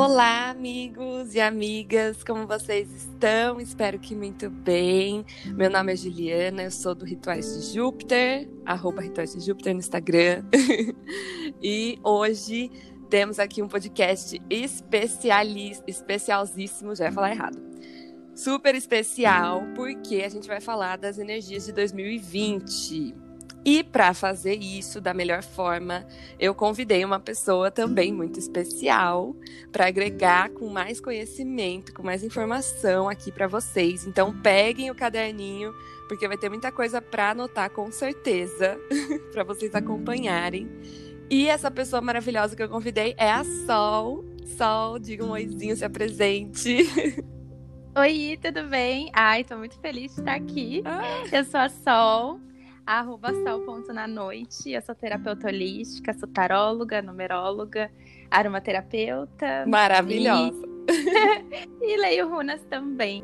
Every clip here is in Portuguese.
Olá, amigos e amigas, como vocês estão? Espero que muito bem. Meu nome é Juliana, eu sou do Rituais de Júpiter, @Rituais de Júpiter no Instagram. E hoje temos aqui um podcast especialíssimo, já ia falar errado. Super especial, porque a gente vai falar das energias de 2020. E para fazer isso da melhor forma, eu convidei uma pessoa também muito especial para agregar com mais conhecimento, com mais informação aqui para vocês. Então peguem o caderninho, porque vai ter muita coisa para anotar com certeza, para vocês acompanharem. E essa pessoa maravilhosa que eu convidei é a Sol. Sol, diga um oizinho, se apresente. Oi, tudo bem? Ai, tô muito feliz de estar aqui. Eu sou a Sol, @sol.nanoite. Eu sou terapeuta holística, sou taróloga, numeróloga, aromaterapeuta. Maravilhosa. E leio runas também.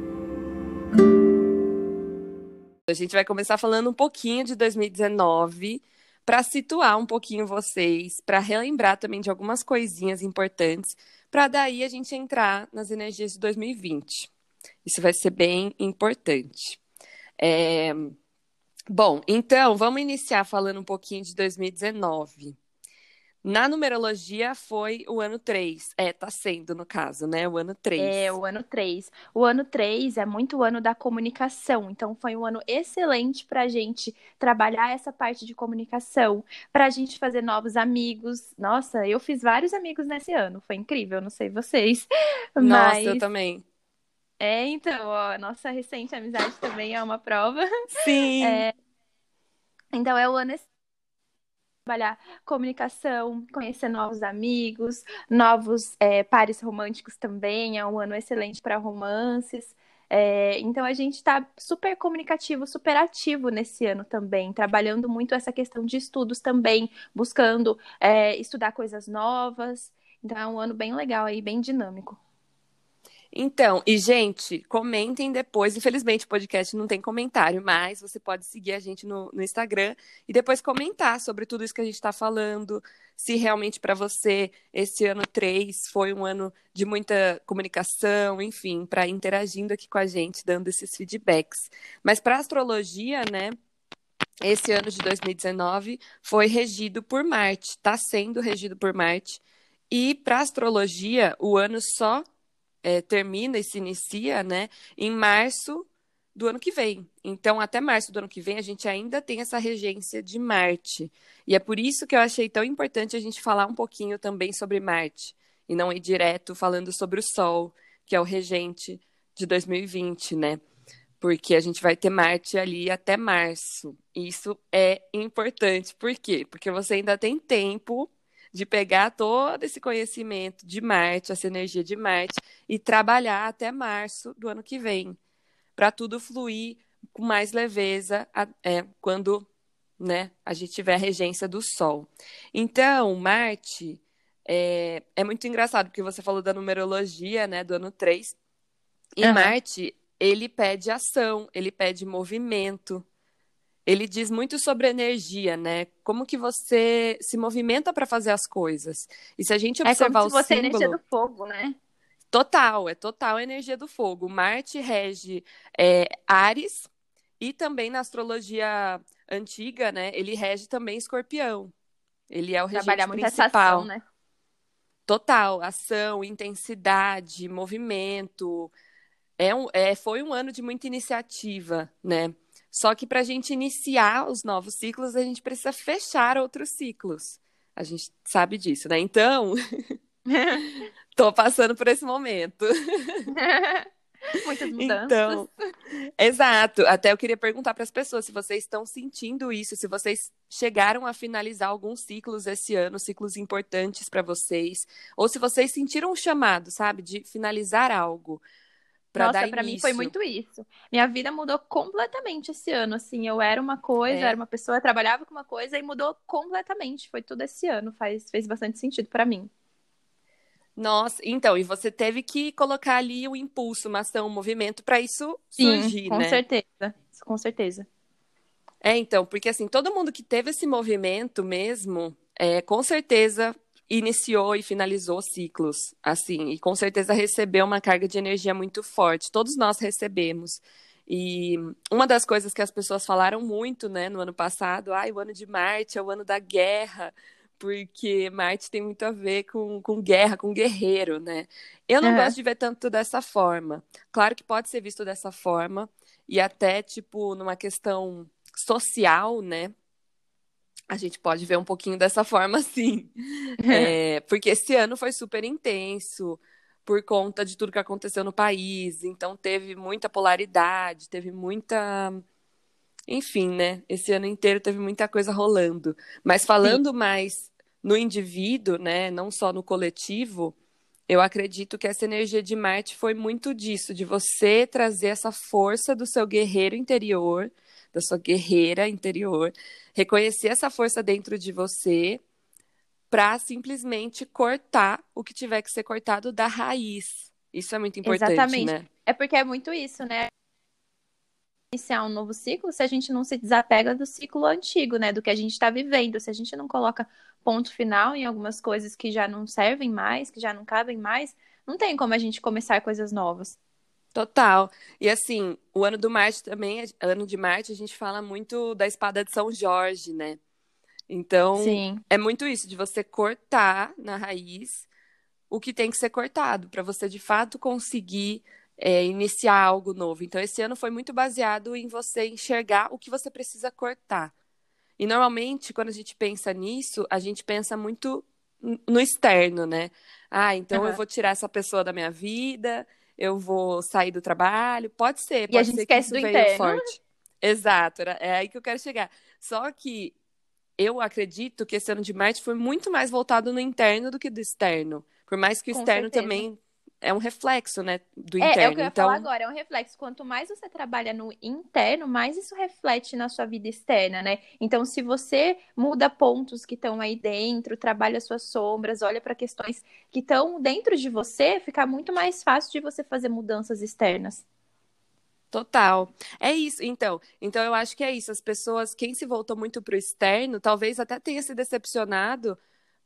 A gente vai começar falando um pouquinho de 2019, para situar um pouquinho vocês, para relembrar também de algumas coisinhas importantes, para daí a gente entrar nas energias de 2020. Isso vai ser bem importante. Bom, então, vamos iniciar falando um pouquinho de 2019. Na numerologia foi o ano 3. Tá sendo, no caso, né? O ano 3. É o ano 3. O ano 3 é muito o ano da comunicação. Então, foi um ano excelente para a gente trabalhar essa parte de comunicação, para a gente fazer novos amigos. Nossa, eu fiz vários amigos nesse ano. Foi incrível, não sei vocês. Nossa, eu Mas, também. então, ó, nossa recente amizade também é uma prova. Sim. Então, é o ano trabalhar comunicação, conhecer novos amigos, novos pares românticos também. É um ano excelente para romances. Então a gente está super comunicativo, super ativo nesse ano também, trabalhando muito essa questão de estudos também, buscando estudar coisas novas. Então é um ano bem legal aí, bem dinâmico. Então, e gente, comentem depois. Infelizmente o podcast não tem comentário, mas você pode seguir a gente no Instagram e depois comentar sobre tudo isso que a gente está falando. Se realmente para você esse ano 3 foi um ano de muita comunicação, enfim, para interagindo aqui com a gente, dando esses feedbacks. Mas para astrologia, né? Esse ano de 2019 foi regido por Marte, está sendo regido por Marte. E para astrologia, o ano só termina e se inicia, né, em março do ano que vem. Então, até março do ano que vem, a gente ainda tem essa regência de Marte. E é por isso que eu achei tão importante a gente falar um pouquinho também sobre Marte, e não ir direto falando sobre o Sol, que é o regente de 2020, né? Porque a gente vai ter Marte ali até março. E isso é importante. Por quê? Porque você ainda tem tempo de pegar todo esse conhecimento de Marte, essa energia de Marte, e trabalhar até março do ano que vem, para tudo fluir com mais leveza quando, né, a gente tiver a regência do Sol. Então, Marte é muito engraçado, porque você falou da numerologia, né, do ano 3, e Marte, ele pede ação, ele pede movimento. Ele diz muito sobre energia, né? Como que você se movimenta para fazer as coisas. E se a gente É como observar se o fosse a energia do símbolo, fogo, né? é total a energia do fogo. Marte rege Áries e também na astrologia antiga, né? Ele rege também Escorpião. Ele é o Trabalhar regente muito essa ação, principal. né? Total, ação, intensidade, movimento. Foi um ano de muita iniciativa, né? Só que para a gente iniciar os novos ciclos, a gente precisa fechar outros ciclos. A gente sabe disso, né? Então, tô passando por esse momento. Muitas mudanças. Então, exato. Até eu queria perguntar para as pessoas se vocês estão sentindo isso, se vocês chegaram a finalizar alguns ciclos esse ano, ciclos importantes para vocês, ou se vocês sentiram um chamado, sabe, de finalizar algo para dar Nossa, pra mim foi início. muito isso. Minha vida mudou completamente esse ano, assim, eu era uma coisa, era É. uma pessoa, trabalhava com uma coisa e mudou completamente. Foi tudo esse ano, fez bastante sentido pra mim. Nossa, então, e você teve que colocar ali o impulso, uma ação, um movimento para isso Sim, surgir, com né? certeza. Com certeza. Então, porque assim, todo mundo que teve esse movimento mesmo, com certeza iniciou e finalizou ciclos, assim, e com certeza recebeu uma carga de energia muito forte. Todos nós recebemos. E uma das coisas que as pessoas falaram muito, né, no ano passado, o ano de Marte é o ano da guerra, porque Marte tem muito a ver com guerra, com guerreiro, né? Eu não Aham. gosto de ver tanto dessa forma. Claro que pode ser visto dessa forma, e até, tipo, numa questão social, né? A gente pode ver um pouquinho dessa forma, sim. Porque esse ano foi super intenso por conta de tudo que aconteceu no país. Então, teve muita polaridade, teve muita. Enfim, né? Esse ano inteiro teve muita coisa rolando. Mas Sim, falando mais no indivíduo, né? Não só no coletivo, eu acredito que essa energia de Marte foi muito disso, de você trazer essa força do seu guerreiro interior, da sua guerreira interior, reconhecer essa força dentro de você para simplesmente cortar o que tiver que ser cortado da raiz. Isso é muito importante, exatamente. né? É porque é muito isso, né? Iniciar um novo ciclo se a gente não se desapega do ciclo antigo, né? Do que a gente está vivendo. Se a gente não coloca ponto final em algumas coisas que já não servem mais, que já não cabem mais, não tem como a gente começar coisas novas. Total. E assim, o ano do Marte também, ano de Marte, a gente fala muito da espada de São Jorge, né? Então, Sim, é muito isso, de você cortar na raiz o que tem que ser cortado, para você de fato conseguir iniciar algo novo. Então, esse ano foi muito baseado em você enxergar o que você precisa cortar. E normalmente, quando a gente pensa nisso, a gente pensa muito no externo, né? Então eu aham. vou tirar essa pessoa da minha vida, eu vou sair do trabalho. E a Pode gente ser que esquece isso do veio interno. forte. Exato, é aí que eu quero chegar. Só que eu acredito que esse ano de Marte foi muito mais voltado no interno do que do externo. Por mais que o Com externo certeza. também é um reflexo, né, do É o que interno. eu ia falar Então, agora, é um reflexo. Quanto mais você trabalha no interno, mais isso reflete na sua vida externa, né? Então, se você muda pontos que estão aí dentro, trabalha suas sombras, olha para questões que estão dentro de você, fica muito mais fácil de você fazer mudanças externas. total. É isso. Então eu acho que é isso. As pessoas, quem se voltou muito pro externo, talvez até tenha se decepcionado,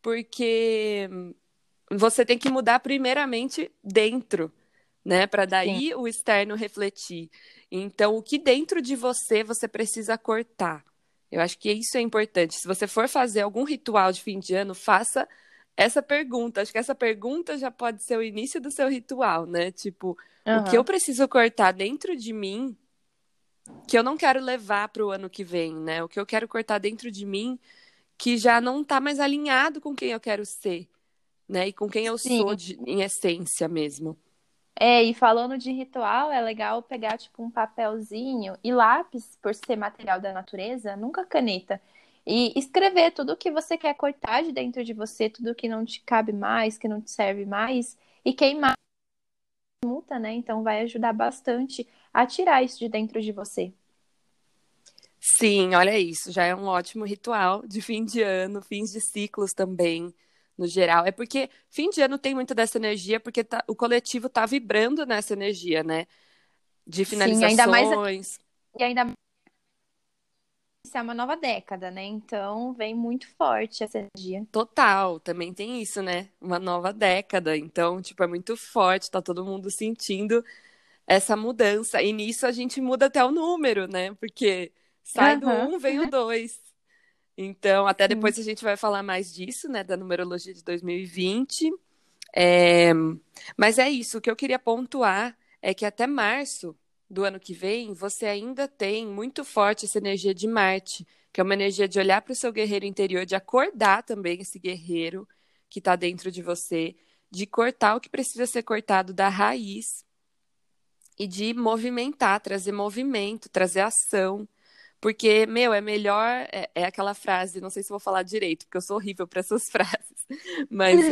porque você tem que mudar primeiramente dentro, né, para Sim. daí o externo refletir. Então, o que dentro de você precisa cortar. Eu acho que isso é importante. Se você for fazer algum ritual de fim de ano, faça essa pergunta. Acho que essa pergunta já pode ser o início do seu ritual, né? Tipo, o que eu Aham. preciso cortar dentro de mim que eu não quero levar para o ano que vem, né? O que eu quero cortar dentro de mim que já não está mais alinhado com quem eu quero ser, né? E com quem eu sou Sim. em essência mesmo. E falando de ritual, é legal pegar tipo um papelzinho e lápis, por ser material da natureza, nunca caneta. E escrever tudo o que você quer cortar de dentro de você, tudo que não te cabe mais, que não te serve mais, e queimar multa, né? Então vai ajudar bastante a tirar isso de dentro de você. Sim, olha isso, já é um ótimo ritual de fim de ano, fins de ciclos também, no geral. É porque fim de ano tem muito dessa energia, porque o coletivo tá vibrando nessa energia, né? De Sim, ainda mais finalizações. e ainda mais se é uma nova década, né? Então vem muito forte essa energia. Total, também tem isso, né? Uma nova década. Então, tipo, é muito forte, tá todo mundo sentindo essa mudança. E nisso a gente muda até o número, né? Porque sai do Aham, um, vem o 2. Então, até sim. depois a gente vai falar mais disso, né? Da numerologia de 2020. É, Mas é isso, o que eu queria pontuar é que até março do ano que vem, você ainda tem muito forte essa energia de Marte, que é uma energia de olhar para o seu guerreiro interior, de acordar também esse guerreiro que está dentro de você, de cortar o que precisa ser cortado da raiz e de movimentar, trazer movimento, trazer ação. Porque, meu, é melhor. É aquela frase, não sei se vou falar direito, porque eu sou horrível para essas frases, mas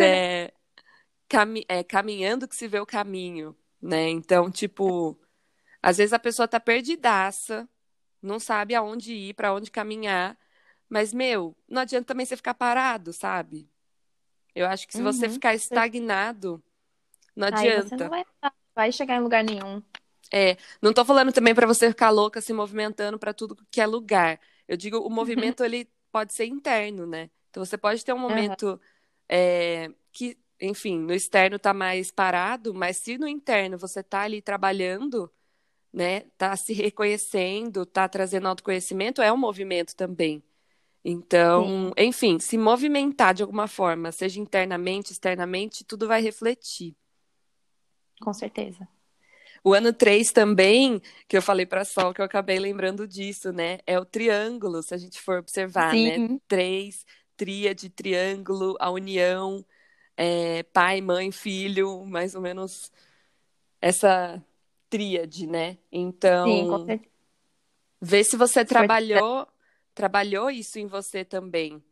é caminhando que se vê o caminho, né? Então, tipo, às vezes a pessoa tá perdidaça, não sabe aonde ir, para onde caminhar, mas, meu, não adianta também você ficar parado, sabe? Eu acho que se você Uhum. ficar estagnado, não Aí você não adianta. vai chegar em lugar nenhum. Não tô falando também para você ficar louca se movimentando para tudo que é lugar. Eu digo, o movimento ele pode ser interno, né? Então você pode ter um Aham. momento que, enfim, no externo tá mais parado, mas se no interno você tá ali trabalhando, né, tá se reconhecendo, tá trazendo autoconhecimento, é um movimento também. Então, Sim, enfim, se movimentar de alguma forma, seja internamente, externamente, tudo vai refletir. com certeza. O ano 3 também, que eu falei para Sol, que eu acabei lembrando disso, né? É o triângulo, se a gente for observar, né? Sim, 3, tríade, triângulo, a união, pai, mãe, filho, mais ou menos essa tríade, né? sim, com Então, certeza. vê se você Fortaleza. trabalhou isso em você também,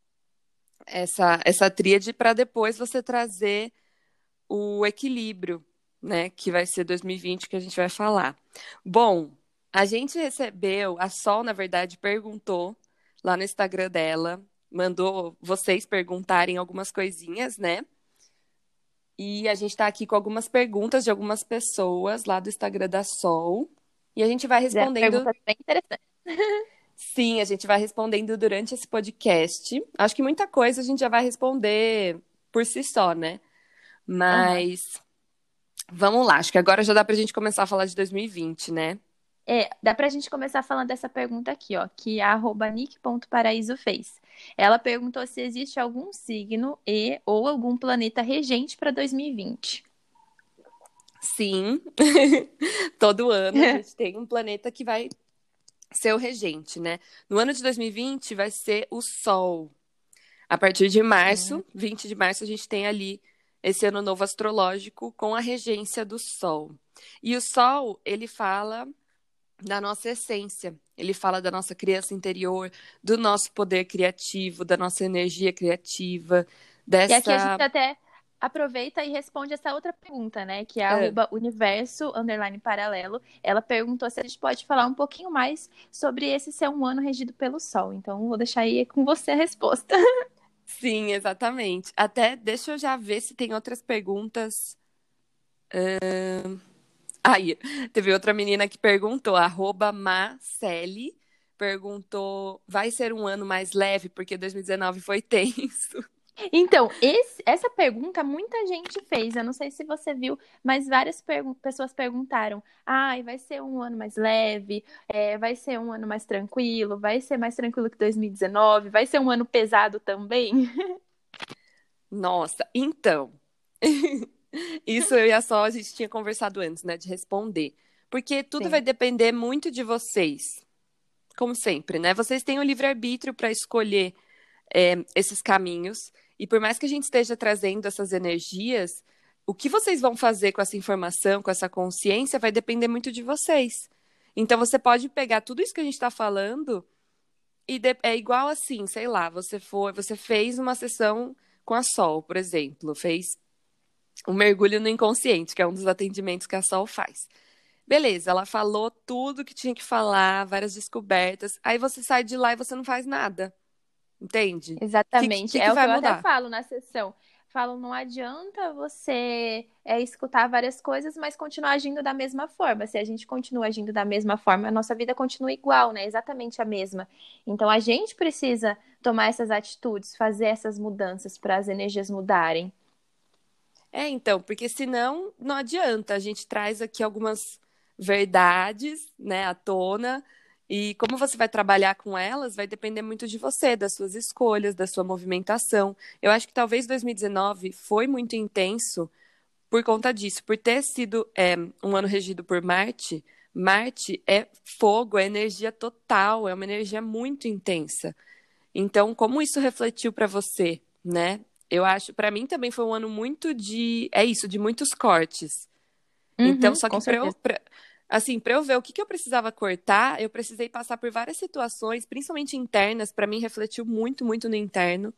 essa tríade, para depois você trazer o equilíbrio, né? Que vai ser 2020 que a gente vai falar. Bom, a gente recebeu, a Sol, na verdade, perguntou lá no Instagram dela, mandou vocês perguntarem algumas coisinhas, né? E a gente está aqui com algumas perguntas de algumas pessoas lá do Instagram da Sol. E a gente vai Fizeram respondendo. perguntas bem interessantes. Sim, a gente vai respondendo durante esse podcast. Acho que muita coisa a gente já vai responder por si só, né? Aham. Mas vamos lá, acho que agora já dá pra gente começar a falar de 2020, né? Dá pra gente começar falando dessa pergunta aqui, ó, que a @nick.paraíso fez. Ela perguntou se existe algum signo e ou algum planeta regente para 2020. Sim, todo ano a gente tem um planeta que vai ser o regente, né? No ano de 2020 vai ser o Sol. A partir de Hum. março, 20 de março, a gente tem ali esse ano novo astrológico com a regência do Sol. E o Sol, ele fala da nossa essência, ele fala da nossa criança interior, do nosso poder criativo, da nossa energia criativa, E aqui a gente dessa. até aproveita e responde essa outra pergunta, né? Que é a Ah, @universo_paralelo. Ela perguntou se a gente pode falar um pouquinho mais sobre esse ser um ano regido pelo Sol. Então, vou deixar aí com você a resposta. sim, exatamente. Até deixa eu já ver se tem outras perguntas. Aí, teve outra menina que perguntou, @Marcele, perguntou, vai ser um ano mais leve, porque 2019 foi tenso. Então, essa pergunta muita gente fez. Eu não sei se você viu, mas várias pessoas perguntaram: ai, vai ser um ano mais leve, vai ser um ano mais tranquilo, vai ser mais tranquilo que 2019, vai ser um ano pesado também? Nossa, então, isso eu e a Sol, a gente tinha conversado antes, né, de responder. Porque tudo vai Sim, depender muito de vocês, como sempre, né? Vocês têm o livre-arbítrio para escolher esses caminhos. E por mais que a gente esteja trazendo essas energias, o que vocês vão fazer com essa informação, com essa consciência, vai depender muito de vocês. Então você pode pegar tudo isso que a gente está falando e é igual assim, sei lá, você fez uma sessão com a Sol, por exemplo, fez um mergulho no inconsciente, que é um dos atendimentos que a Sol faz. Beleza, ela falou tudo que tinha que falar, várias descobertas. Aí você sai de lá e você não faz nada. Entende? O que, exatamente. que É o que vai eu até mudar? falo na sessão. Falo, não adianta você escutar várias coisas, mas continuar agindo da mesma forma. Se a gente continua agindo da mesma forma, a nossa vida continua igual, né? Exatamente a mesma. Então a gente precisa tomar essas atitudes, fazer essas mudanças para as energias mudarem. Então, porque senão não adianta. A gente traz aqui algumas verdades, né, à tona, e como você vai trabalhar com elas, vai depender muito de você, das suas escolhas, da sua movimentação. Eu acho que talvez 2019 foi muito intenso por conta disso, por ter sido um ano regido por Marte. Marte é fogo, é energia total, é uma energia muito intensa. Então, como isso refletiu para você, né? Eu acho, para mim também foi um ano muito é isso, de muitos cortes. Então, Uhum, só que com certeza. assim, para eu ver o que que eu precisava cortar, eu precisei passar por várias situações, principalmente internas, para mim refletiu muito, muito no interno,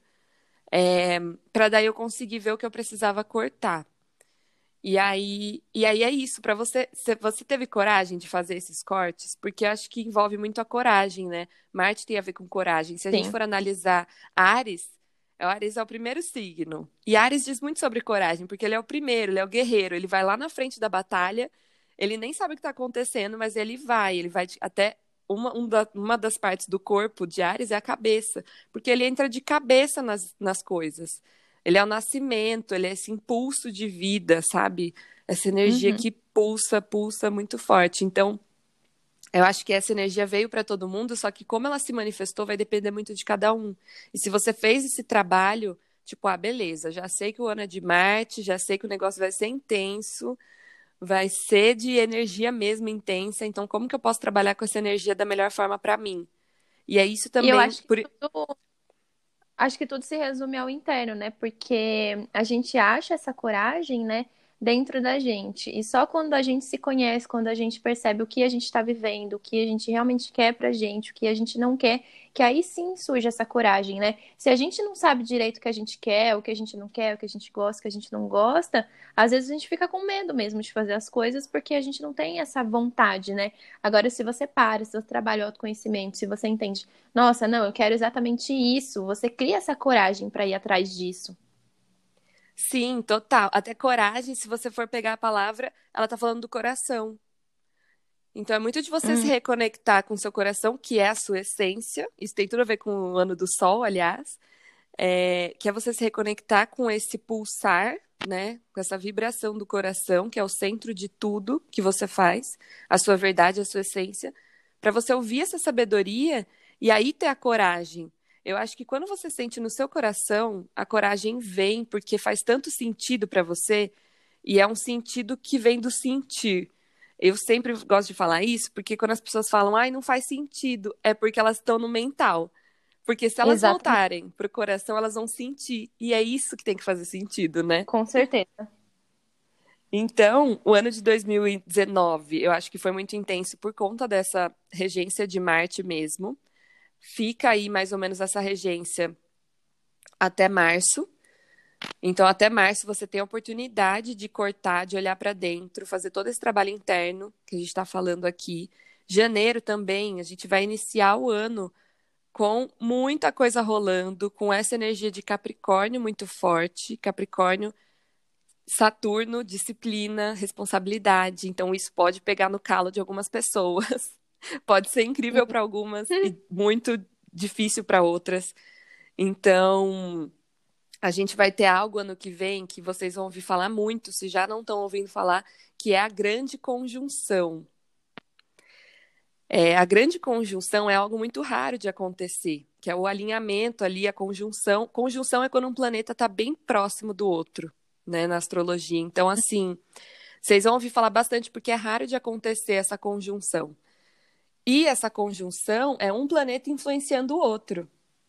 para daí eu conseguir ver o que eu precisava cortar. E aí é isso, para você, você teve coragem de fazer esses cortes? Porque eu acho que envolve muito a coragem, né? Marte tem a ver com coragem. Se a gente Sim, for analisar Ares, Ares é o primeiro signo. E Ares diz muito sobre coragem, porque ele é o primeiro, ele é o guerreiro, ele vai lá na frente da batalha, ele nem sabe o que está acontecendo, mas ele vai até uma das partes do corpo de Ares é a cabeça, porque ele entra de cabeça nas coisas. Ele é o nascimento, ele é esse impulso de vida, sabe? Essa energia Uhum. que pulsa, pulsa muito forte. Então, eu acho que essa energia veio para todo mundo, só que como ela se manifestou vai depender muito de cada um. E se você fez esse trabalho, tipo, beleza, já sei que o ano é de Marte, já sei que o negócio vai ser intenso, vai ser de energia mesmo intensa, então como que eu posso trabalhar com essa energia da melhor forma para mim? E é isso E eu também, acho que tudo se resume ao interno, né? Porque a gente acha essa coragem, né, dentro da gente. E só quando a gente se conhece, quando a gente percebe o que a gente está vivendo, o que a gente realmente quer pra gente, o que a gente não quer, que aí sim surge essa coragem, né? Se a gente não sabe direito o que a gente quer, o que a gente não quer, o que a gente gosta, o que a gente não gosta, às vezes a gente fica com medo mesmo de fazer as coisas porque a gente não tem essa vontade, né? Agora, se você para, se você trabalha o autoconhecimento, se você entende, nossa, não, eu quero exatamente isso. Você cria essa coragem para ir atrás disso. sim, total. Até coragem, se você for pegar a palavra, ela tá falando do coração. Então é muito de você se Hum, reconectar com o seu coração, que é a sua essência. Isso tem tudo a ver com o ano do sol, aliás. Que é você se reconectar com esse pulsar, né? Com essa vibração do coração, que é o centro de tudo que você faz, a sua verdade, a sua essência, para você ouvir essa sabedoria e aí ter a coragem. Eu acho que quando você sente no seu coração, a coragem vem porque faz tanto sentido para você e é um sentido que vem do sentir. Eu sempre gosto de falar isso porque quando as pessoas falam, ai, não faz sentido, é porque elas estão no mental. Porque se elas exatamente, voltarem pro coração, elas vão sentir. E é isso que tem que fazer sentido, né? com certeza. Então, o ano de 2019, eu acho que foi muito intenso por conta dessa regência de Marte mesmo. Fica aí mais ou menos essa regência até março. Então, até março você tem a oportunidade de cortar, de olhar para dentro, fazer todo esse trabalho interno que a gente está falando aqui. Janeiro também, a gente vai iniciar o ano com muita coisa rolando, com essa energia de Capricórnio muito forte. Capricórnio, Saturno, disciplina, responsabilidade. Então, isso pode pegar no calo de algumas pessoas. Pode ser incrível para algumas e muito difícil para outras. Então, a gente vai ter algo ano que vem que vocês vão ouvir falar muito, se já não estão ouvindo falar, que é a grande conjunção. A grande conjunção é algo muito raro de acontecer, que é o alinhamento ali, a conjunção. Conjunção é quando um planeta está bem próximo do outro, né, na astrologia. Então, assim, vocês vão ouvir falar bastante porque é raro de acontecer essa conjunção. E essa conjunção é um planeta influenciando o outro.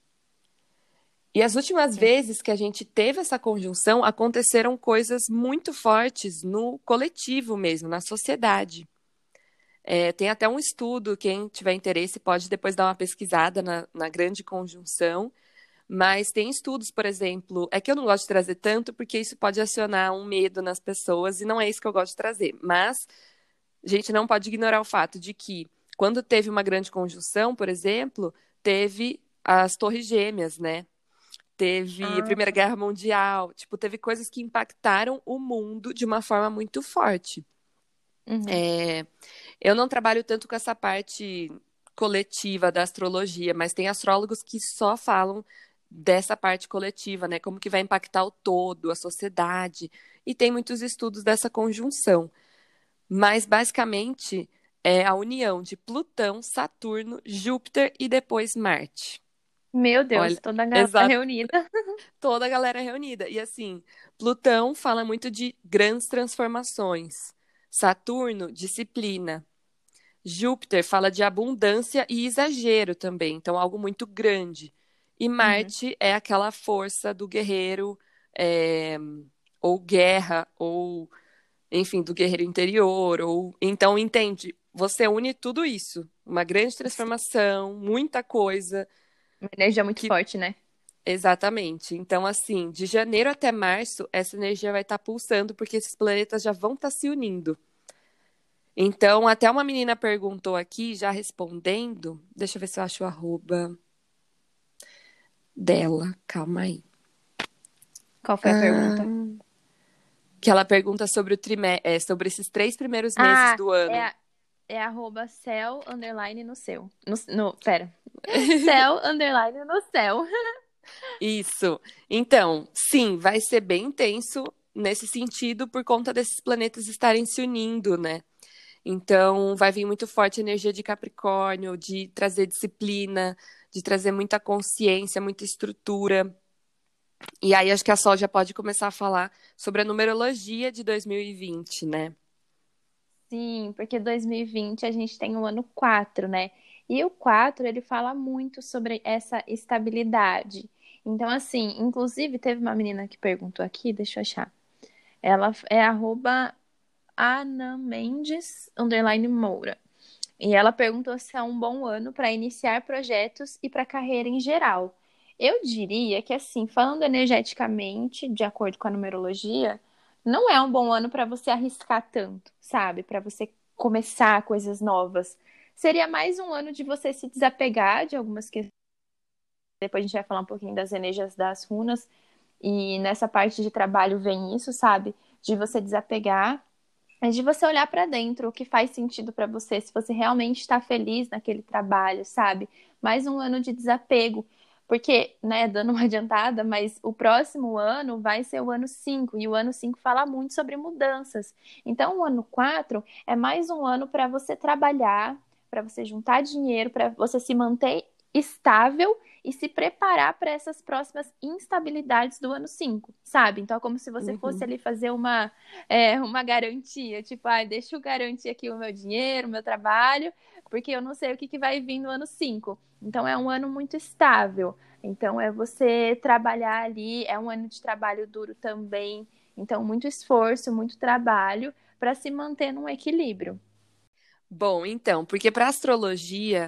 E as últimas vezes que a gente teve essa conjunção, aconteceram coisas muito fortes no coletivo mesmo, na sociedade. Tem até um estudo, quem tiver interesse pode depois dar uma pesquisada na grande conjunção, mas tem estudos, por exemplo, é que eu não gosto de trazer tanto porque isso pode acionar um medo nas pessoas e não é isso que eu gosto de trazer, mas a gente não pode ignorar o fato de que quando teve uma grande conjunção, por exemplo, teve as Torres Gêmeas, né? Teve a Ah, Primeira Guerra Mundial, tipo, teve coisas que impactaram o mundo de uma forma muito forte. uhum. É, eu não trabalho tanto com essa parte coletiva da astrologia, mas tem astrólogos que só falam dessa parte coletiva, né? Como que vai impactar o todo, a sociedade. E tem muitos estudos dessa conjunção. Mas, basicamente, é a união de Plutão, Saturno, Júpiter e depois Marte. Meu Deus, Olha, toda a galera exato, reunida. toda a galera reunida. E assim, Plutão fala muito de grandes transformações. Saturno, disciplina. Júpiter fala de abundância e exagero também, então algo muito grande. E Uhum. Marte é aquela força do guerreiro, é, ou guerra, ou enfim, do guerreiro interior, ou então entende, você une tudo isso, uma grande Sim, transformação, muita coisa uma energia muito que forte, né? exatamente. Então, assim, de janeiro até março, essa energia vai estar pulsando, porque esses planetas já vão estar se unindo. Então, até uma menina perguntou aqui, já respondendo. Deixa eu ver se eu acho o arroba dela. Calma aí. Qual foi a pergunta? Ah, que ela pergunta sobre sobre esses 3 primeiros meses Ah, do é, ano. é arroba céu underline no céu. Pera. Céu underline no céu. Isso. Então, sim, vai ser bem intenso nesse sentido por conta desses planetas estarem se unindo, né? Então, vai vir muito forte a energia de Capricórnio, de trazer disciplina, de trazer muita consciência, muita estrutura. E aí, acho que a Sol já pode começar a falar sobre a numerologia de 2020, né? Sim, porque 2020 a gente tem o ano 4, né? E o 4 ele fala muito sobre essa estabilidade. Então, assim, inclusive teve uma menina que perguntou aqui, deixa eu achar. Ela é @anamendes_moura. E ela perguntou se é um bom ano para iniciar projetos e para carreira em geral. Eu diria que, assim, falando energeticamente, de acordo com a numerologia, não é um bom ano para você arriscar tanto, sabe? Para você começar coisas novas. Seria mais um ano de você se desapegar de algumas questões. Depois a gente vai falar um pouquinho das energias das runas. E nessa parte de trabalho vem isso, sabe? De você desapegar é de você olhar para dentro, o que faz sentido para você, se você realmente está feliz naquele trabalho, sabe? Mais um ano de desapego, porque, né, dando uma adiantada, mas o próximo ano vai ser o ano 5 e o ano 5 fala muito sobre mudanças. Então, o ano 4 é mais um ano para você trabalhar, para você juntar dinheiro, para você se manter estável e se preparar para essas próximas instabilidades do ano 5, sabe? Então, é como se você fosse Uhum. ali fazer uma garantia, tipo, deixa eu garantir aqui o meu dinheiro, o meu trabalho, porque eu não sei o que vai vir no ano 5. Então, é um ano muito estável. Então, é você trabalhar ali, é um ano de trabalho duro também. Então, muito esforço, muito trabalho para se manter num equilíbrio. Bom, então, porque para astrologia,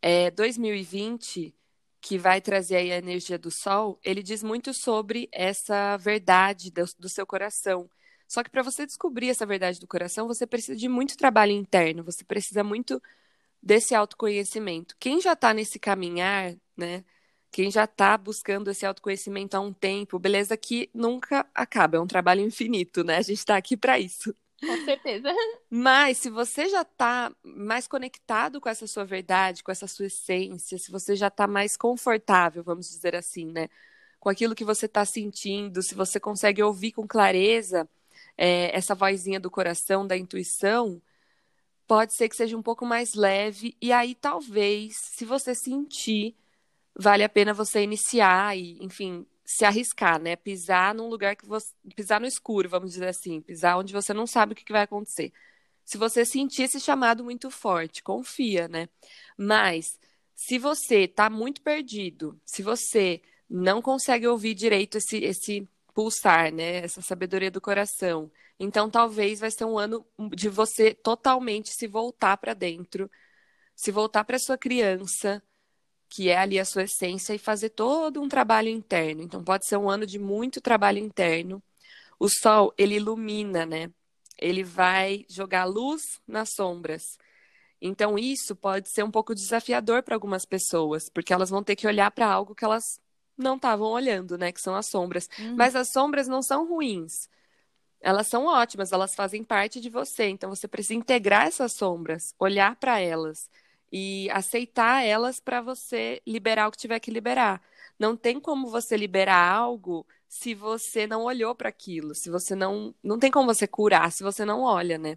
2020, que vai trazer aí a energia do Sol, ele diz muito sobre essa verdade do seu coração. Só que para você descobrir essa verdade do coração, você precisa de muito trabalho interno, você precisa muito desse autoconhecimento. Quem já está nesse caminhar, né? Quem já está buscando esse autoconhecimento há um tempo, beleza que nunca acaba, é um trabalho infinito, né? A gente está aqui para isso. Com certeza. Mas se você já está mais conectado com essa sua verdade, com essa sua essência, se você já está mais confortável, vamos dizer assim, né? Com aquilo que você está sentindo, se você consegue ouvir com clareza essa vozinha do coração, da intuição, pode ser que seja um pouco mais leve. E aí, talvez, se você sentir, vale a pena você iniciar e, enfim, se arriscar, né? Pisar num lugar que você. Pisar no escuro, vamos dizer assim. Pisar onde você não sabe o que vai acontecer. Se você sentir esse chamado muito forte, confia, né? Mas se você tá muito perdido, se você não consegue ouvir direito esse pulsar, né? Essa sabedoria do coração, então talvez vai ser um ano de você totalmente se voltar para dentro, se voltar para sua criança, que é ali a sua essência, e fazer todo um trabalho interno. Então pode ser um ano de muito trabalho interno. O sol, ele ilumina, né? Ele vai jogar luz nas sombras. Então, isso pode ser um pouco desafiador para algumas pessoas, porque elas vão ter que olhar para algo que elas não estavam olhando, né? Que são as sombras. Uhum. Mas as sombras não são ruins. Elas são ótimas, elas fazem parte de você. Então, você precisa integrar essas sombras, olhar para elas e aceitar elas para você liberar o que tiver que liberar. Não tem como você liberar algo se você não olhou para aquilo, se você não tem como você curar se você não olha, né?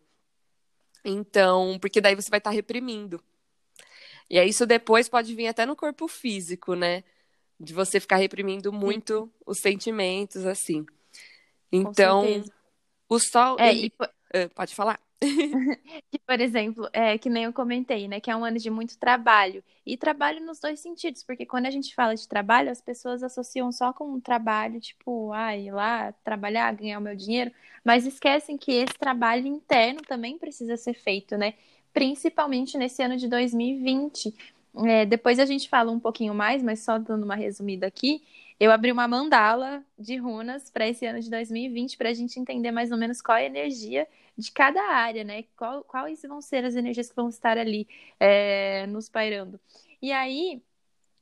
Então, porque daí você vai estar reprimindo. E aí isso depois pode vir até no corpo físico, né? De você ficar reprimindo Sim, muito os sentimentos, assim. com Então, certeza. o sol, É, ele. Pode falar? que, por exemplo, que nem eu comentei, né, que é um ano de muito trabalho. E trabalho nos dois sentidos, porque quando a gente fala de trabalho, as pessoas associam só com um trabalho, tipo, ir lá trabalhar, ganhar o meu dinheiro, mas esquecem que esse trabalho interno também precisa ser feito, né? Principalmente nesse ano de 2020. Depois a gente fala um pouquinho mais, mas só dando uma resumida aqui. Eu abri uma mandala de runas para esse ano de 2020 para a gente entender mais ou menos qual é a energia de cada área, né? Quais vão ser as energias que vão estar ali nos pairando. E aí,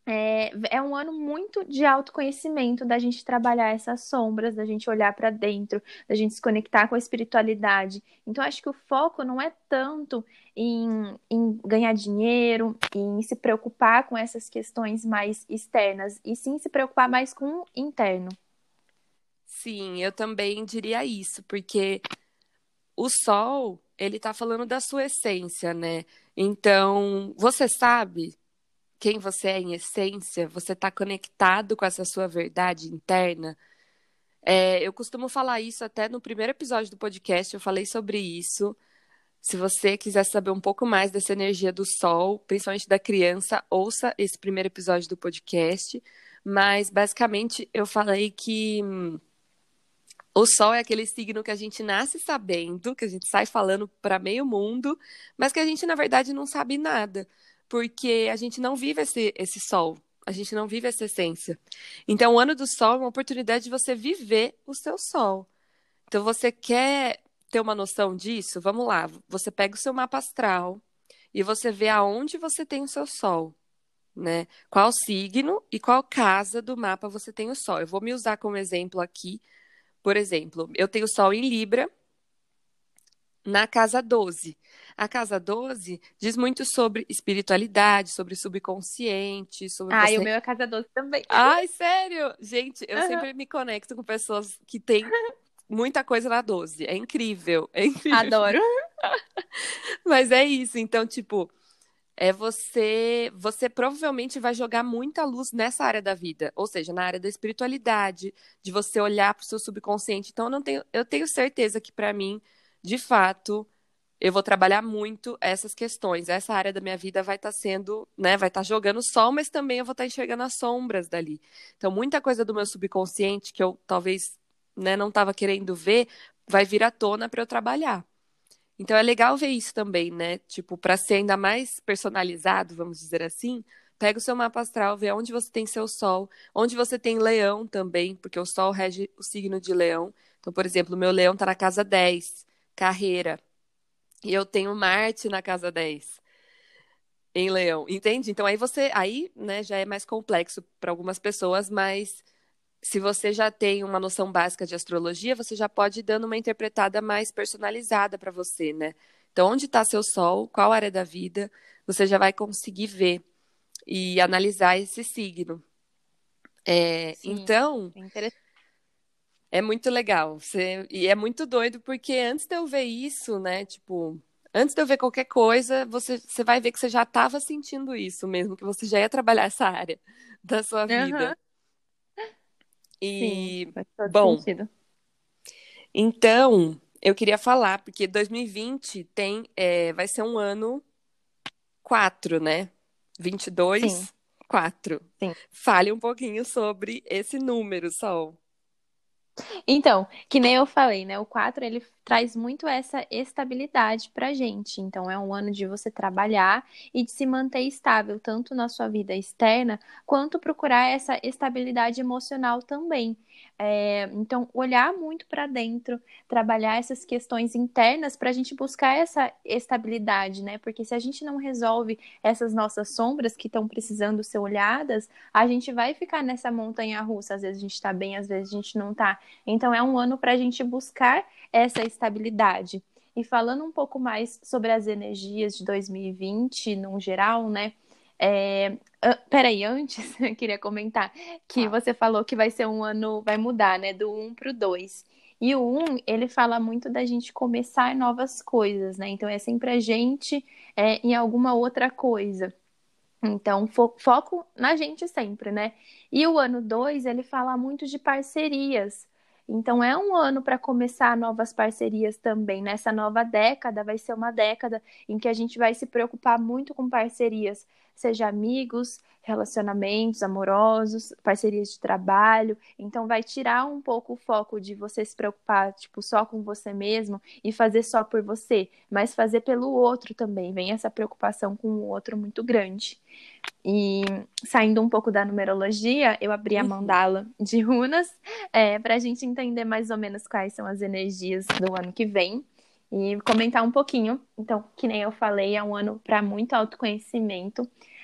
É um ano muito de autoconhecimento, da gente trabalhar essas sombras, da gente olhar para dentro, da gente se conectar com a espiritualidade. Então, acho que o foco não é tanto em ganhar dinheiro, em se preocupar com essas questões mais externas, e sim se preocupar mais com o interno. Sim, eu também diria isso, porque o sol, ele tá falando da sua essência, né? Então, você sabe quem você é em essência? Você tá conectado com essa sua verdade interna? Eu costumo falar isso até no primeiro episódio do podcast, eu falei sobre isso. Se você quiser saber um pouco mais dessa energia do sol, principalmente da criança, ouça esse primeiro episódio do podcast. Mas, basicamente, eu falei que o sol é aquele signo que a gente nasce sabendo, que a gente sai falando para meio mundo, mas que a gente, na verdade, não sabe nada, porque a gente não vive esse sol, a gente não vive essa essência. Então, o ano do sol é uma oportunidade de você viver o seu sol. Então, você quer ter uma noção disso? Vamos lá, você pega o seu mapa astral e você vê aonde você tem o seu sol. Né? Qual signo e qual casa do mapa você tem o sol? Eu vou me usar como exemplo aqui. Por exemplo, eu tenho Sol em Libra na casa 12. A casa 12 diz muito sobre espiritualidade, sobre subconsciente, sobre Ah, e o você. meu é casa 12 também. Ai, sério? Gente, eu Aham. sempre me conecto com pessoas que têm muita coisa na 12. É incrível, é incrível. Adoro. Mas é isso. Então, tipo, você provavelmente vai jogar muita luz nessa área da vida, ou seja, na área da espiritualidade, de você olhar para o seu subconsciente. Então, eu tenho certeza que para mim, de fato, eu vou trabalhar muito essas questões. Essa área da minha vida vai estar sendo, né, vai estar jogando sol, mas também eu vou estar enxergando as sombras dali. Então, muita coisa do meu subconsciente que eu talvez, né, não estava querendo ver, vai vir à tona para eu trabalhar. Então é legal ver isso também, né? Tipo, para ser ainda mais personalizado, vamos dizer assim, pega o seu mapa astral, vê onde você tem seu sol, onde você tem leão também, porque o sol rege o signo de leão. Então, por exemplo, o meu leão tá na casa 10, carreira, e eu tenho Marte na casa 10 em leão, entende? Então aí, né, já é mais complexo para algumas pessoas, mas se você já tem uma noção básica de astrologia, você já pode ir dando uma interpretada mais personalizada para você, né? Então, onde está seu sol, qual área da vida, você já vai conseguir ver e analisar esse signo. Sim, Então, é interessante. é muito legal. E é muito doido, porque antes de eu ver isso, né? Tipo, antes de eu ver qualquer coisa, você vai ver que você já estava sentindo isso mesmo, que você já ia trabalhar essa área da sua Aham. vida. Sim, E, faz todo bom. sentido. Então, eu queria falar, porque 2020 vai ser um ano 4, né? Sim, 22, 4. sim. Fale um pouquinho sobre esse número, Sol. Então, que nem eu falei, né? O 4 ele traz muito essa estabilidade pra gente. Então, é um ano de você trabalhar e de se manter estável, tanto na sua vida externa, quanto procurar essa estabilidade emocional também. Então, olhar muito para dentro, trabalhar essas questões internas para a gente buscar essa estabilidade, né? Porque se a gente não resolve essas nossas sombras que estão precisando ser olhadas, a gente vai ficar nessa montanha russa. Às vezes a gente está bem, às vezes a gente não está. Então, é um ano para a gente buscar essa estabilidade. E falando um pouco mais sobre as energias de 2020, no geral, né? Peraí, antes eu queria comentar que Fala. você falou que vai ser um ano, vai mudar, né? Do um para o 2. E o um, ele fala muito da gente começar novas coisas, né? Então é sempre a gente em alguma outra coisa. Então, foco na gente sempre, né? E o ano 2 ele fala muito de parcerias. Então, é um ano para começar novas parcerias também. Nessa nova década, vai ser uma década em que a gente vai se preocupar muito com parcerias, seja amigos, relacionamentos amorosos, parcerias de trabalho. Então, vai tirar um pouco o foco de você se preocupar, tipo, só com você mesmo e fazer só por você, mas fazer pelo outro também. Vem essa preocupação com o outro muito grande. E saindo um pouco da numerologia, eu abri a Uhum. mandala de runas para a gente entender mais ou menos quais são as energias do ano que vem e comentar um pouquinho. Então, que nem eu falei, é um ano para muito autoconhecimento.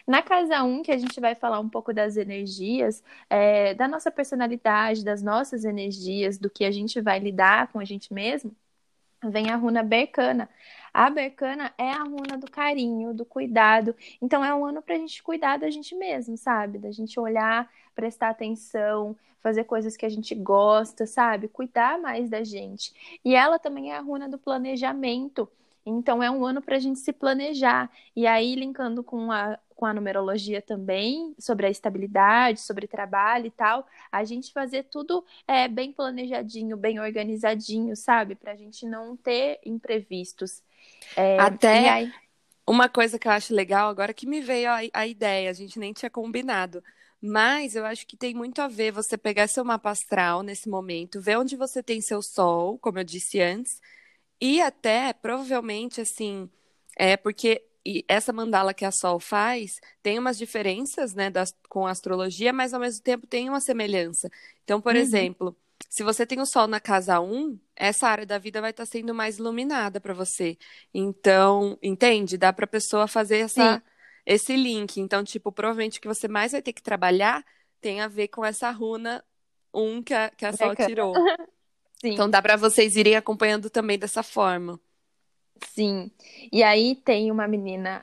Na casa um que a gente vai falar um pouco das energias, da nossa personalidade, das nossas energias, do que a gente vai lidar com a gente mesmo, vem a runa Berkana. A Berkana é a runa do carinho, do cuidado. Então é um ano para a gente cuidar da gente mesmo, sabe? Da gente olhar, prestar atenção, fazer coisas que a gente gosta, sabe? Cuidar mais da gente. E ela também é a runa do planejamento. Então é um ano para a gente se planejar. E aí, linkando com a numerologia também, sobre a estabilidade, sobre trabalho e tal, a gente fazer tudo bem planejadinho, bem organizadinho, sabe? Pra gente não ter imprevistos. E Até aí, uma coisa que eu acho legal, agora que me veio a ideia, a gente nem tinha combinado, mas eu acho que tem muito a ver você pegar seu mapa astral nesse momento, ver onde você tem seu sol, como eu disse antes, e até, provavelmente, assim, porque essa mandala que a Sol faz tem umas diferenças, né, com a astrologia, mas ao mesmo tempo tem uma semelhança. Então, por uhum, exemplo, se você tem o Sol na casa um, essa área da vida vai estar sendo mais iluminada para você. Então, entende? Dá para a pessoa fazer sim, esse link. Então, tipo, provavelmente o que você mais vai ter que trabalhar tem a ver com essa runa um que a Sol bacana. tirou. Então, Sim, dá para vocês irem acompanhando também dessa forma. sim. E aí tem uma menina,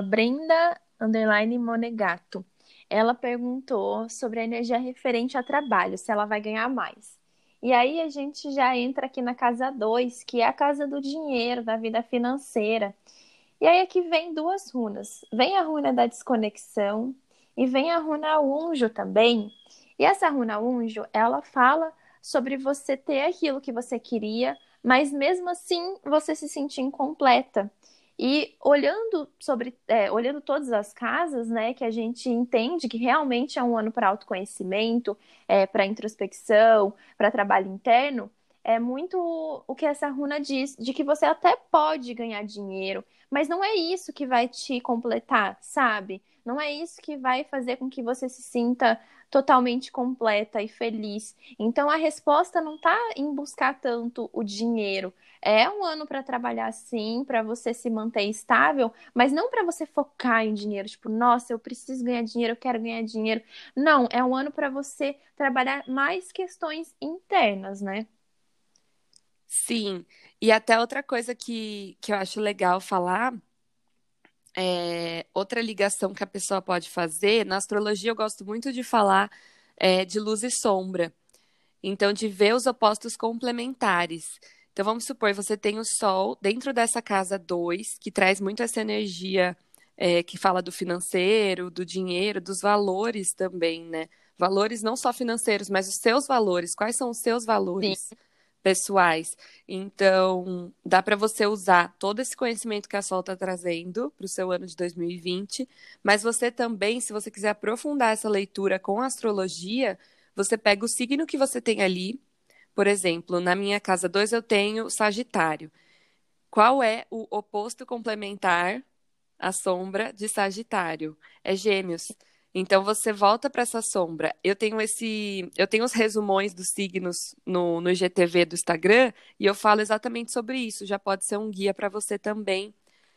@Brenda_Monegato. Ela perguntou sobre a energia referente a trabalho, se ela vai ganhar mais. E aí a gente já entra aqui na casa 2, que é a casa do dinheiro, da vida financeira. E aí aqui vem duas runas. Vem a runa da desconexão e vem a runa Unjo também. E essa runa Unjo, ela fala sobre você ter aquilo que você queria, mas mesmo assim você se sentir incompleta. E olhando todas as casas, né, que a gente entende que realmente é um ano para autoconhecimento, para introspecção, para trabalho interno, é muito o que essa runa diz, de que você até pode ganhar dinheiro, mas não é isso que vai te completar, sabe? Não é isso que vai fazer com que você se sinta totalmente completa e feliz. Então a resposta não está em buscar tanto o dinheiro. É um ano para trabalhar sim, para você se manter estável, mas não para você focar em dinheiro, tipo, nossa, eu preciso ganhar dinheiro, eu quero ganhar dinheiro. Não, é um ano para você trabalhar mais questões internas, né? Sim. E até outra coisa que eu acho legal falar, outra ligação que a pessoa pode fazer, na astrologia eu gosto muito de falar de luz e sombra. Então, de ver os opostos complementares. Então, vamos supor, você tem o Sol dentro dessa casa 2 que traz muito essa energia que fala do financeiro, do dinheiro, dos valores também, né? Valores não só financeiros, mas os seus valores. Quais são os seus Sim, valores pessoais? Então, dá para você usar todo esse conhecimento que a Sol está trazendo para o seu ano de 2020, mas você também, se você quiser aprofundar essa leitura com a astrologia, você pega o signo que você tem ali. Por exemplo, na minha casa 2 eu tenho Sagitário. Qual é o oposto complementar à sombra de Sagitário? É Gêmeos. Então você volta para essa sombra. Eu tenho os resumões dos signos no IGTV do Instagram e eu falo exatamente sobre isso. Já pode ser um guia para você também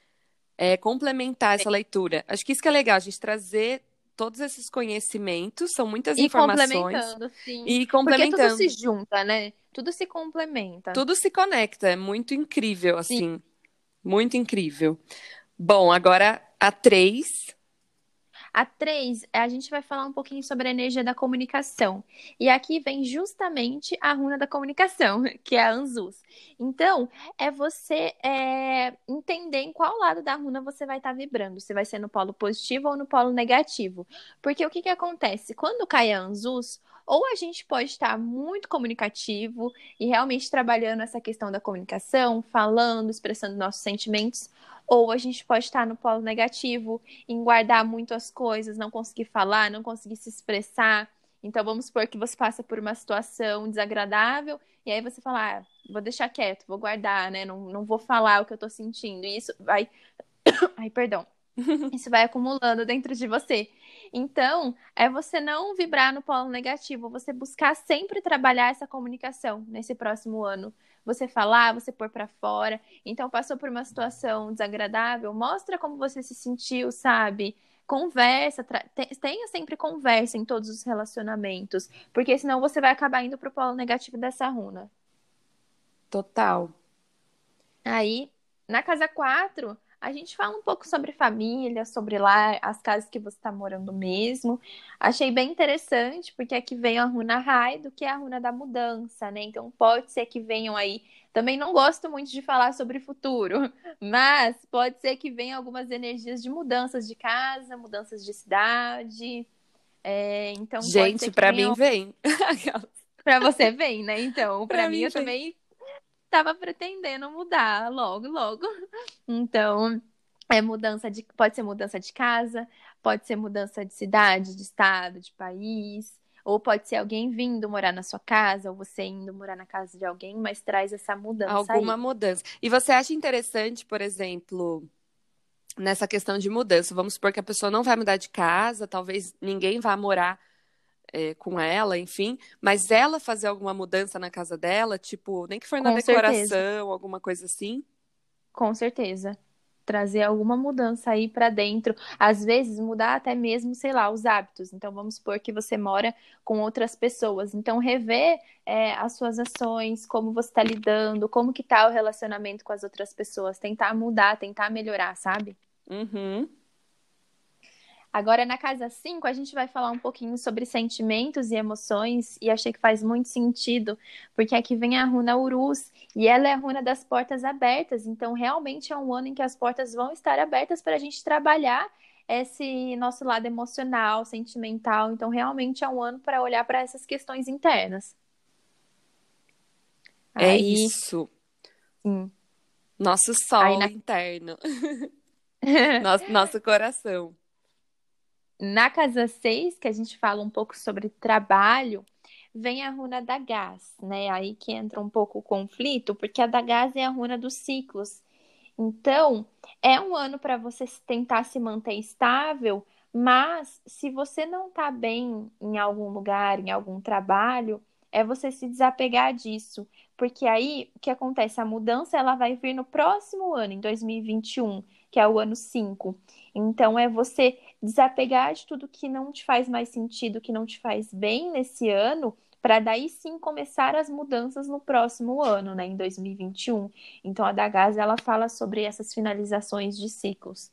complementar essa leitura. Acho que isso que é legal, a gente trazer todos esses conhecimentos, são muitas e informações, complementando, sim. e ir Porque tudo se complementando. junta, né? Tudo se complementa. Tudo se conecta, é muito incrível, Sim. assim, muito incrível. Bom, agora a 3. A 3, a gente vai falar um pouquinho sobre a energia da comunicação. E aqui vem justamente a runa da comunicação, que é a Anzus. Então, é você entender em qual lado da runa você vai estar vibrando, se vai ser no polo positivo ou no polo negativo. Porque o que que acontece? Quando cai a Anzus, ou a gente pode estar muito comunicativo e realmente trabalhando essa questão da comunicação, falando, expressando nossos sentimentos, ou a gente pode estar no polo negativo, em guardar muito as coisas, não conseguir falar, não conseguir se expressar. Então, vamos supor que você passa por uma situação desagradável e aí você fala, vou deixar quieto, vou guardar, né? Não vou falar o que eu tô sentindo. E isso vai. Ai, perdão. Isso vai acumulando dentro de você. Então, é você não vibrar no polo negativo, você buscar sempre trabalhar essa comunicação nesse próximo ano. Você falar, você pôr pra fora. Então, passou por uma situação desagradável, mostra como você se sentiu, sabe? conversa, tenha sempre conversa em todos os relacionamentos, porque senão você vai acabar indo pro polo negativo dessa runa. Total. Aí, na casa 4 a gente fala um pouco sobre família, sobre lá as casas que você está morando mesmo. Achei bem interessante, porque aqui vem a runa Raido, que é a runa da mudança, né? Então pode ser que venham aí. Também não gosto muito de falar sobre futuro, mas pode ser que venham algumas energias de mudanças de casa, mudanças de cidade. Então pode ser Gente, que pra mim venham. vem. Para você vem, né? Então, para Pra mim mim eu vem. também estava pretendendo mudar logo, logo. Então, pode ser mudança de casa, pode ser mudança de cidade, de estado, de país, ou pode ser alguém vindo morar na sua casa, ou você indo morar na casa de alguém, mas traz essa mudança Alguma aí. mudança. E você acha interessante, por exemplo, nessa questão de mudança? Vamos supor que a pessoa não vai mudar de casa, talvez ninguém vá morar com ela, enfim, mas ela fazer alguma mudança na casa dela, tipo, nem que for na Com certeza, decoração, alguma coisa assim. com certeza. Trazer alguma mudança aí pra dentro. Às vezes, mudar até mesmo, sei lá, os hábitos. Então, vamos supor que você mora com outras pessoas. Então, rever as suas ações, como você está lidando, como que tá o relacionamento com as outras pessoas. Tentar mudar, tentar melhorar, sabe? Uhum. Agora, na casa 5 a gente vai falar um pouquinho sobre sentimentos e emoções, e achei que faz muito sentido, porque aqui vem a runa Urus, e ela é a runa das portas abertas, então realmente é um ano em que as portas vão estar abertas para a gente trabalhar esse nosso lado emocional, sentimental, então realmente é um ano para olhar para essas questões internas. É Aí, isso. sim. Nosso Aí sol na interno. Nosso coração. Na casa 6 que a gente fala um pouco sobre trabalho, vem a runa da gás, né? Aí que entra um pouco o conflito, porque a da gás é a runa dos ciclos. Então, é um ano para você tentar se manter estável, mas se você não tá bem em algum lugar, em algum trabalho, é você se desapegar disso. Porque aí, o que acontece? A mudança ela vai vir no próximo ano, em 2021, que é o ano 5. Então, é você desapegar de tudo que não te faz mais sentido, que não te faz bem nesse ano, para daí sim começar as mudanças no próximo ano, né, em 2021. Então, a da Gaza, ela fala sobre essas finalizações de ciclos.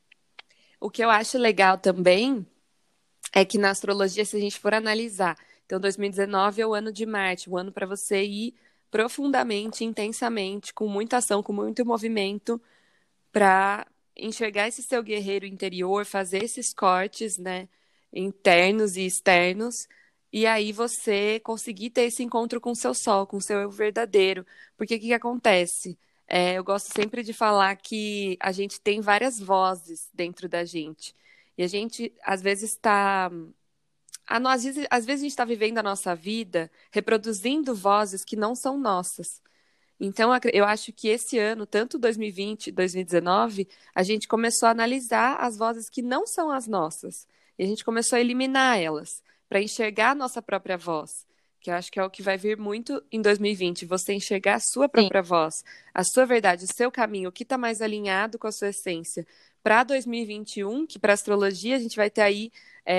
O que eu acho legal também é que na astrologia, se a gente for analisar, então 2019 é o ano de Marte, o ano para você ir profundamente, intensamente, com muita ação, com muito movimento, para enxergar esse seu guerreiro interior, fazer esses cortes, né, internos e externos, e aí você conseguir ter esse encontro com o seu sol, com o seu eu verdadeiro. Porque o que que acontece? Eu gosto sempre de falar que a gente tem várias vozes dentro da gente. E a gente, às vezes, está. Às vezes a gente está vivendo a nossa vida reproduzindo vozes que não são nossas. Então, eu acho que esse ano, tanto 2020 e 2019, a gente começou a analisar as vozes que não são as nossas. E a gente começou a eliminar elas, para enxergar a nossa própria voz. Que eu acho que é o que vai vir muito em 2020, você enxergar a sua Sim, própria voz, a sua verdade, o seu caminho, o que está mais alinhado com a sua essência. Para 2021, que para astrologia a gente vai ter aí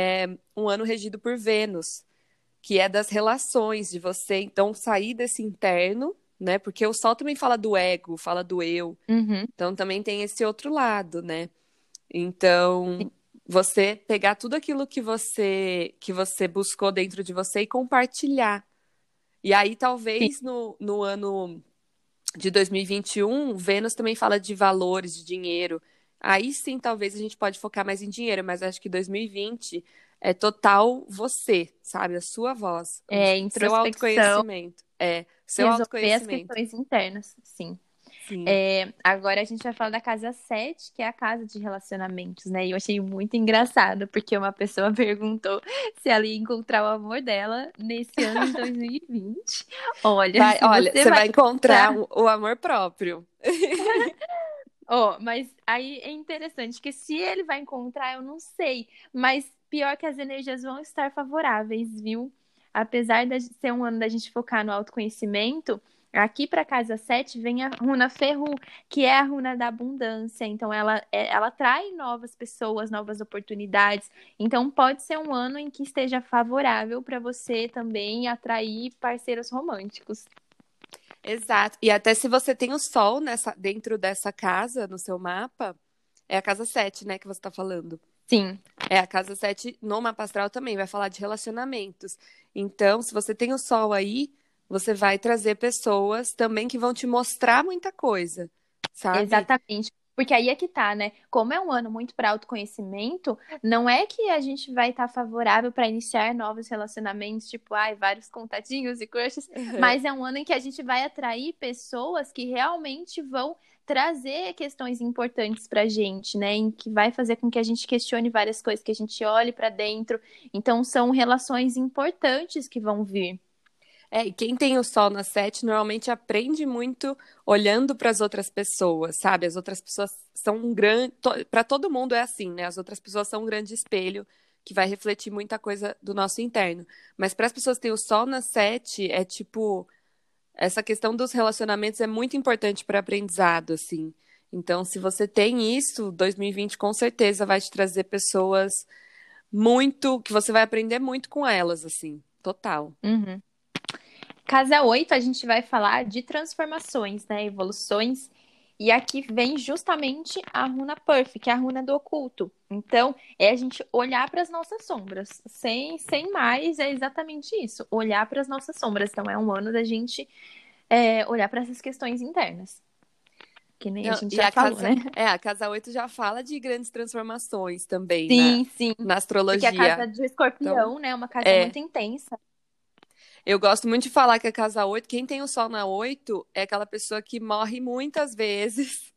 um ano regido por Vênus, que é das relações, de você então sair desse interno, né? Porque o Sol também fala do ego, fala do eu. uhum, Então também tem esse outro lado, né? Então, você pegar tudo aquilo que você buscou dentro de você e compartilhar. E aí, sim, talvez no ano de 2021, Vênus também fala de valores, de dinheiro. Aí sim, talvez a gente pode focar mais em dinheiro, mas acho que 2020 é total você, sabe? A sua voz, o seu introspecção, autoconhecimento. Seu resolver as autoconhecimento. questões internas, sim. Sim. Agora a gente vai falar da casa 7 que é a casa de relacionamentos, né? E eu achei muito engraçado, porque uma pessoa perguntou se ela ia encontrar o amor dela nesse ano de 2020. Olha, se Olha, você você vai vai encontrar encontrar. o amor próprio. Oh, mas aí é interessante que se ele vai encontrar, eu não sei. Mas pior que as energias vão estar favoráveis, viu? Apesar de ser um ano da gente focar no autoconhecimento, Aqui para casa 7 vem a runa Ferru, que é a runa da abundância. Então, ela atrai novas pessoas, novas oportunidades. Então, pode ser um ano em que esteja favorável para você também atrair parceiros românticos. Exato. E até se você tem o Sol dentro dessa casa, no seu mapa, é a casa 7, né, que você está falando. Sim. É, a casa 7 no mapa astral também vai falar de relacionamentos. Então, se você tem o Sol aí, você vai trazer pessoas também que vão te mostrar muita coisa, sabe? Exatamente. Porque aí é que tá, né? Como é um ano muito para autoconhecimento, não é que a gente vai estar favorável para iniciar novos relacionamentos, tipo, ai, vários contatinhos e crushes, mas é um ano em que a gente vai atrair pessoas que realmente vão trazer questões importantes pra gente, né? Em que vai fazer com que a gente questione várias coisas, que a gente olhe para dentro. Então, são relações importantes que vão vir. É, e quem tem o Sol na 7 normalmente aprende muito olhando para as outras pessoas, sabe? As outras pessoas são um grande. Para todo mundo é assim, né? As outras pessoas são um grande espelho que vai refletir muita coisa do nosso interno. Mas para as pessoas que têm o Sol na 7 é tipo. Essa questão dos relacionamentos é muito importante para aprendizado, assim. Então, se você tem isso, 2020 com certeza vai te trazer pessoas muito. Que você vai aprender muito com elas, assim. Total. Uhum. Casa 8 a gente vai falar de transformações, né? Evoluções. E aqui vem justamente a runa Perf, que é a runa do oculto. Então, é a gente olhar para as nossas sombras. Sem mais, é exatamente isso. Olhar para as nossas sombras. Então, é um ano da gente olhar para essas questões internas. Que nem a Não, gente e já a falou, casa, né? a casa 8 já fala de grandes transformações também Sim, sim. na Porque a casa astrologia. do Então, escorpião, né, é uma casa é, muito intensa. eu gosto muito de falar que a casa 8 quem tem o sol na 8 é aquela pessoa que morre muitas vezes,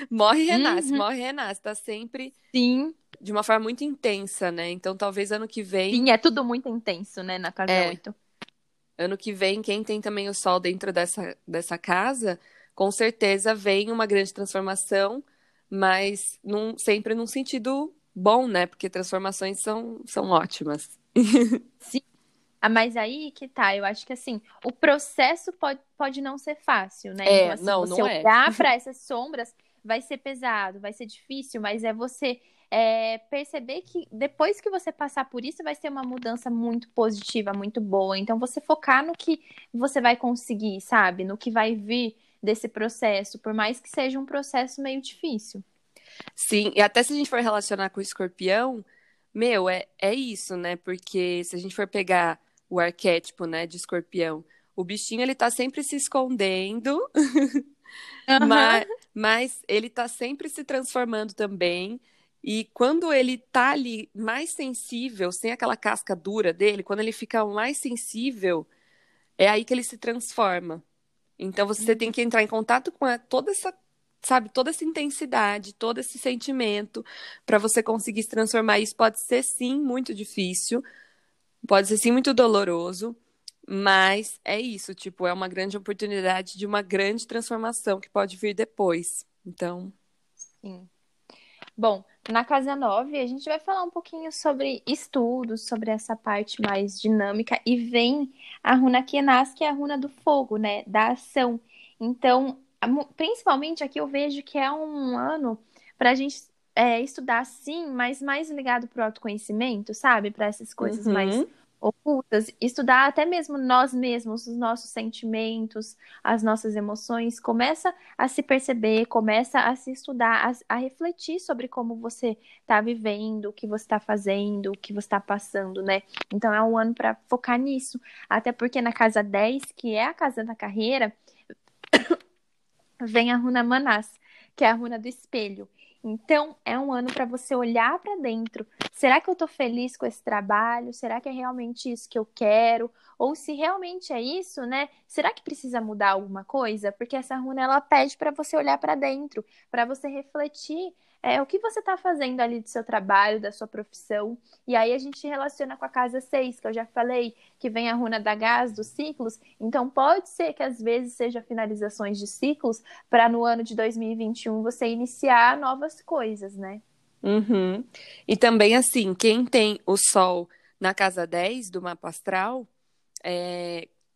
Uhum, morre e renasce, tá sempre sim, de uma forma muito intensa, né? Então, talvez ano que vem, sim, é tudo muito intenso, né, na casa é, 8. ano que vem, quem tem também o sol dentro dessa casa, com certeza vem uma grande transformação, mas sempre num sentido bom, né? Porque transformações são ótimas. Sim. Ah, mas aí que tá, eu acho que assim, o processo pode não ser fácil, né? Então, É, assim, não, você não é. olhar para essas sombras vai ser pesado, vai ser difícil, mas é você perceber que depois que você passar por isso, vai ser uma mudança muito positiva, muito boa. Então, você focar no que você vai conseguir, sabe? No que vai vir desse processo, por mais que seja um processo meio difícil. Sim, e até se a gente for relacionar com o escorpião, meu, é isso, né? Porque se a gente for pegar o arquétipo, né, de escorpião, o bichinho ele tá sempre se escondendo, Aham. mas ele tá sempre se transformando também. E quando ele tá ali mais sensível, sem aquela casca dura dele, quando ele fica mais sensível, é aí que ele se transforma. Então você tem que entrar em contato com toda essa, sabe, toda essa intensidade, todo esse sentimento, para você conseguir se transformar. Isso pode ser sim muito difícil, pode ser sim muito doloroso, mas é isso, tipo, é uma grande oportunidade de uma grande transformação que pode vir depois. Então, Sim. Bom, na casa 9 a gente vai falar um pouquinho sobre estudos, sobre essa parte mais dinâmica, e vem a runa Kenas, que é a runa do fogo, né? Da ação. Então, principalmente aqui eu vejo que é um ano para a gente estudar sim, mas mais ligado para o autoconhecimento, sabe? Para essas coisas mais uhum. ocultas, estudar até mesmo nós mesmos, os nossos sentimentos, as nossas emoções, começa a se perceber, começa a se estudar, a refletir sobre como você está vivendo, o que você está fazendo, o que você está passando, né? Então é um ano para focar nisso. Até porque na casa 10, que é a casa da carreira, vem a runa Manás, que é a runa do espelho. Então, é um ano para você olhar para dentro. Será que eu estou feliz com esse trabalho? Será que é realmente isso que eu quero? Ou se realmente é isso, né? Será que precisa mudar alguma coisa? Porque essa runa ela pede para você olhar para dentro, para você refletir o que você está fazendo ali do seu trabalho, da sua profissão. E aí a gente relaciona com a casa 6, que eu já falei, que vem a runa da gás, dos ciclos. Então, pode ser que às vezes seja finalizações de ciclos para no ano de 2021 você iniciar novas coisas, né? Uhum. E também, assim, quem tem o Sol na casa 10 do mapa astral, é,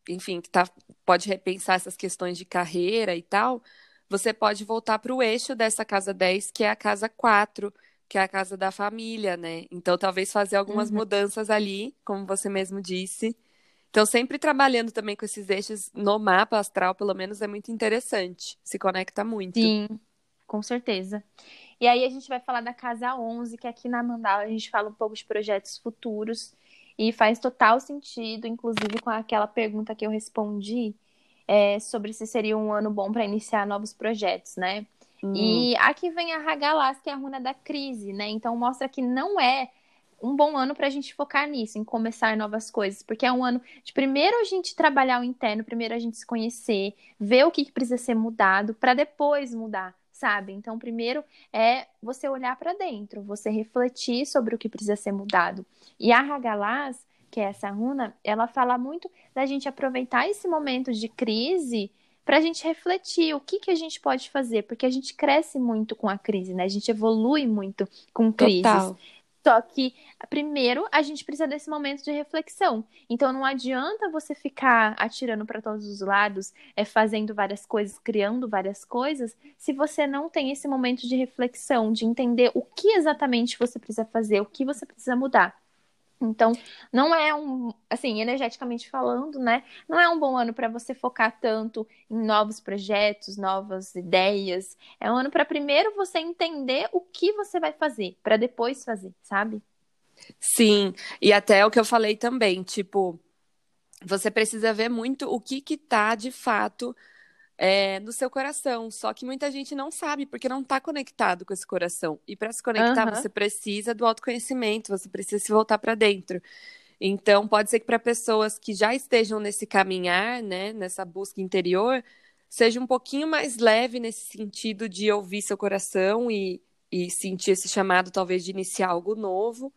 enfim, pode repensar essas questões de carreira e tal, você pode voltar para o eixo dessa casa 10, que é a casa 4, que é a casa da família, né? Então, talvez fazer algumas Uhum. mudanças ali, como você mesmo disse. Então, sempre trabalhando também com esses eixos no mapa astral, pelo menos, é muito interessante. Se conecta muito. Sim, com certeza. E aí a gente vai falar da casa 11, que aqui na Mandala a gente fala um pouco de projetos futuros e faz total sentido, inclusive com aquela pergunta que eu respondi, sobre se seria um ano bom para iniciar novos projetos, né? Hum, E aqui vem a Hagalaz, que é a runa da crise, né? Então mostra que não é um bom ano para a gente focar nisso, em começar novas coisas, porque é um ano de primeiro a gente trabalhar o interno, primeiro a gente se conhecer, ver o que precisa ser mudado, para depois mudar, sabe? Então, primeiro é você olhar para dentro, você refletir sobre o que precisa ser mudado. E a Hagalaz, que é essa runa, ela fala muito da gente aproveitar esse momento de crise para a gente refletir o que a gente pode fazer, porque a gente cresce muito com a crise, né? A gente evolui muito com crises. total. Só que, primeiro, a gente precisa desse momento de reflexão. Então, não adianta você ficar atirando para todos os lados, fazendo várias coisas, criando várias coisas, se você não tem esse momento de reflexão, de entender o que exatamente você precisa fazer, o que você precisa mudar. Então, não é assim, energeticamente falando, né? Não é um bom ano para você focar tanto em novos projetos, novas ideias. É um ano para primeiro você entender o que você vai fazer, para depois fazer, sabe? Sim, e até o que eu falei também, tipo, você precisa ver muito o que tá de fato no seu coração. Só que muita gente não sabe, porque não tá conectado com esse coração. E para se conectar, Aham. você precisa do autoconhecimento, você precisa se voltar para dentro. Então, pode ser que para pessoas que já estejam nesse caminhar, né, nessa busca interior, seja um pouquinho mais leve nesse sentido de ouvir seu coração e sentir esse chamado, talvez, de iniciar algo novo.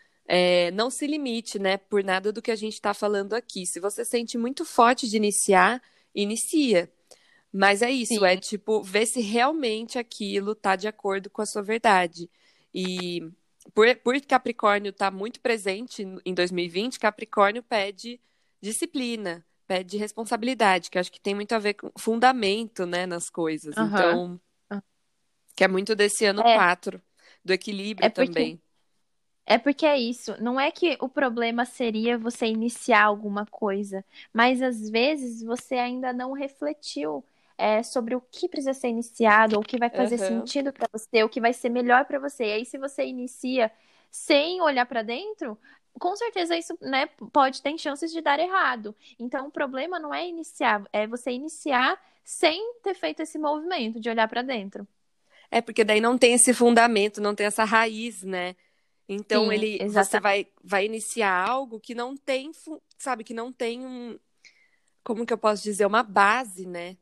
Não se limite, né, por nada do que a gente está falando aqui. Se você sente muito forte de iniciar, inicia. Mas é isso, é Sim. tipo, ver se realmente aquilo tá de acordo com a sua verdade. E por Capricórnio estar muito presente em 2020, Capricórnio pede disciplina, pede responsabilidade, que eu acho que tem muito a ver com fundamento, né, nas coisas. Aham. Então, que é muito desse ano É, 4 do é equilíbrio porque também. é porque é isso. Não é que o problema seria você iniciar alguma coisa, mas às vezes você ainda não refletiu sobre o que precisa ser iniciado, ou o que vai fazer Aham. sentido para você, o que vai ser melhor para você. E aí, se você inicia sem olhar para dentro, com certeza isso, né, pode ter chances de dar errado. Então, o problema não é iniciar, é você iniciar sem ter feito esse movimento de olhar para dentro. Porque daí não tem esse fundamento, não tem essa raiz, né? Então Sim, você exatamente. vai iniciar algo que não tem, sabe, que não tem como que eu posso dizer, uma base, né?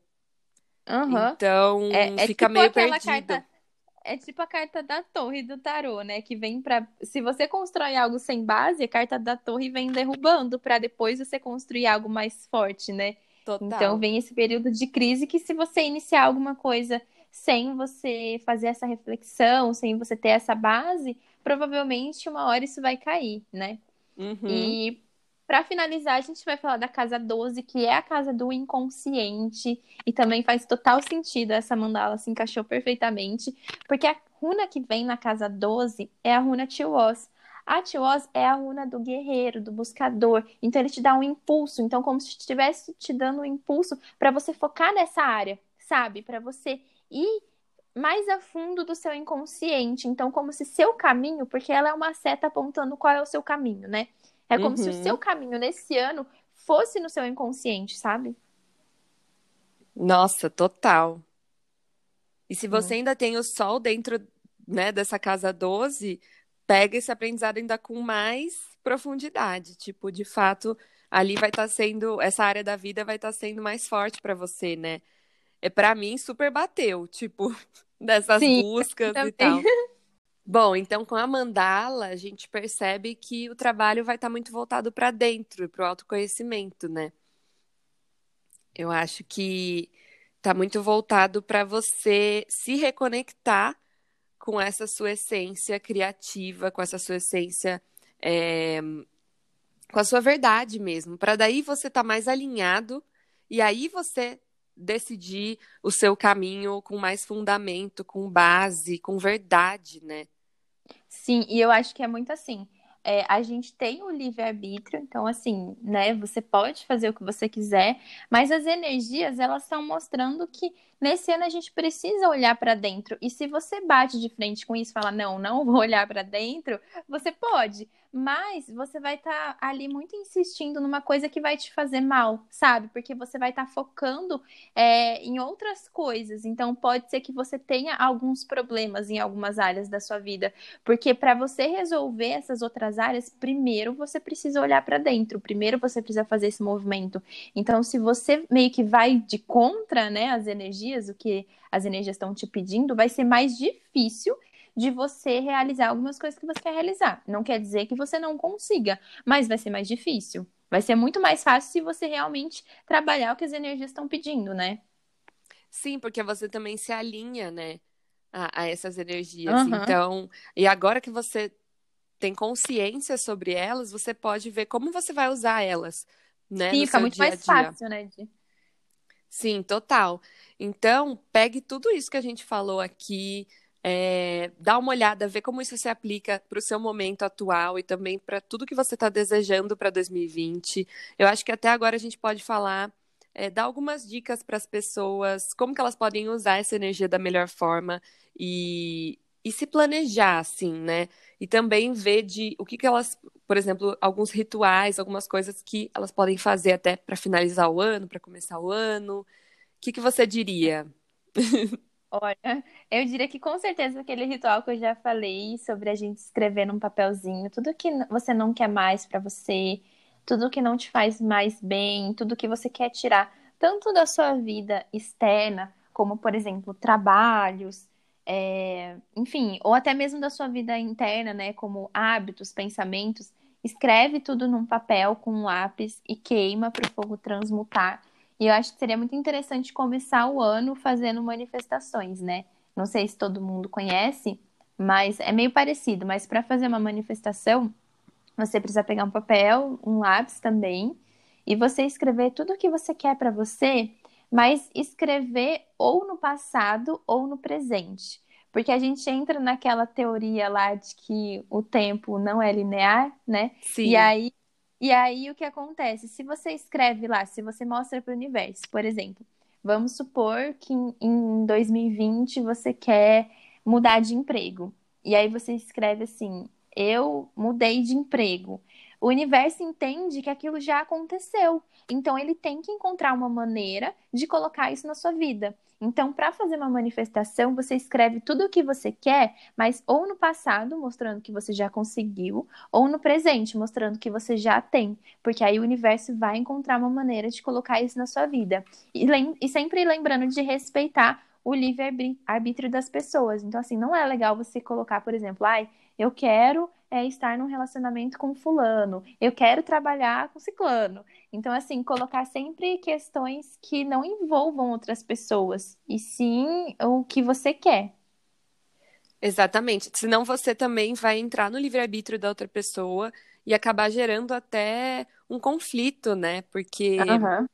Aham. Então É fica tipo meio aquela perdido. carta, é tipo a carta da torre do tarô, né? Que vem pra. Se você constrói algo sem base, a carta da torre vem derrubando pra depois você construir algo mais forte, né? Então Total. vem esse período de crise que se você iniciar alguma coisa sem você fazer essa reflexão, sem você ter essa base, provavelmente uma hora isso vai cair, né? Uhum. E para finalizar, a gente vai falar da casa 12, que é a casa do inconsciente, e também faz total sentido, essa mandala se encaixou perfeitamente, porque a runa que vem na casa 12 é a runa Tiwaz. A Tiwaz é a runa do guerreiro, do buscador, então ele te dá um impulso, então como se estivesse te dando um impulso para você focar nessa área, sabe? Para você ir mais a fundo do seu inconsciente. Então, como se seu caminho, porque ela é uma seta apontando qual é o seu caminho, né? É como se o seu Uhum. caminho nesse ano fosse no seu inconsciente, sabe? Nossa, total. E se você Sim. ainda tem o sol dentro, né, dessa casa 12, pega esse aprendizado ainda com mais profundidade. Tipo, de fato, ali vai estar sendo, essa área da vida vai estar sendo mais forte para você, né? Para mim super bateu, tipo, dessas Sim, buscas e também. tal. Bom, então com a mandala, a gente percebe que o trabalho vai estar muito voltado para dentro, para o autoconhecimento, né? Eu acho que está muito voltado para você se reconectar com essa sua essência criativa, com essa sua essência é, com a sua verdade mesmo, para daí você estar mais alinhado e aí você decidir o seu caminho com mais fundamento, com base, com verdade, né? Sim, e eu acho que é muito assim. A gente tem o livre-arbítrio, então assim, né, você pode fazer o que você quiser, mas as energias, elas estão mostrando que nesse ano a gente precisa olhar para dentro. E se você bate de frente com isso e fala, não, não vou olhar para dentro, você pode, mas você vai estar ali muito insistindo numa coisa que vai te fazer mal, sabe? Porque você vai estar focando em outras coisas. Então pode ser que você tenha alguns problemas em algumas áreas da sua vida. Porque para você resolver essas outras áreas, primeiro você precisa olhar para dentro, primeiro você precisa fazer esse movimento. Então, se você meio que vai de contra, né, as energias, o que as energias estão te pedindo, vai ser mais difícil de você realizar algumas coisas que você quer realizar. Não quer dizer que você não consiga, mas vai ser mais difícil. Vai ser muito mais fácil se você realmente trabalhar o que as energias estão pedindo, né? Sim, porque você também se alinha, né, a essas energias. Aham. Então, e agora que você tem consciência sobre elas, você pode ver como você vai usar elas, né, Sim, no fica seu muito dia a mais dia. fácil, né? Sim, total. Então, pegue tudo isso que a gente falou aqui, dá uma olhada, vê como isso se aplica para o seu momento atual e também para tudo que você está desejando para 2020. Eu acho que até agora a gente pode falar, dar algumas dicas para as pessoas, como que elas podem usar essa energia da melhor forma e se planejar, assim, né? E também ver de o que que elas, por exemplo, alguns rituais, algumas coisas que elas podem fazer até para finalizar o ano, para começar o ano. O que que você diria? Olha, eu diria que com certeza aquele ritual que eu já falei sobre a gente escrever num papelzinho, tudo que você não quer mais pra você, tudo que não te faz mais bem, tudo que você quer tirar, tanto da sua vida externa, como, por exemplo, trabalhos, enfim, ou até mesmo da sua vida interna, né, como hábitos, pensamentos, escreve tudo num papel com um lápis e queima para o fogo transmutar. E eu acho que seria muito interessante começar o ano fazendo manifestações, né? Não sei se todo mundo conhece, mas é meio parecido. Mas para fazer uma manifestação, você precisa pegar um papel, um lápis também, e você escrever tudo o que você quer para você, mas escrever ou no passado ou no presente. Porque a gente entra naquela teoria lá de que o tempo não é linear, né? E Sim, aí, e aí o que acontece? Se você escreve lá, se você mostra para o universo, por exemplo, vamos supor que em 2020 você quer mudar de emprego. E aí você escreve assim: eu mudei de emprego. O universo entende que aquilo já aconteceu. Então, ele tem que encontrar uma maneira de colocar isso na sua vida. Então, para fazer uma manifestação, você escreve tudo o que você quer, mas ou no passado, mostrando que você já conseguiu, ou no presente, mostrando que você já tem. Porque aí o universo vai encontrar uma maneira de colocar isso na sua vida. E sempre lembrando de respeitar o livre-arbítrio das pessoas. Então, assim, não é legal você colocar, por exemplo, ai, eu quero estar num relacionamento com fulano, eu quero trabalhar com ciclano. Então, assim, colocar sempre questões que não envolvam outras pessoas, e sim o que você quer. exatamente. Senão você também vai entrar no livre-arbítrio da outra pessoa e acabar gerando até um conflito, né? Porque, Aham.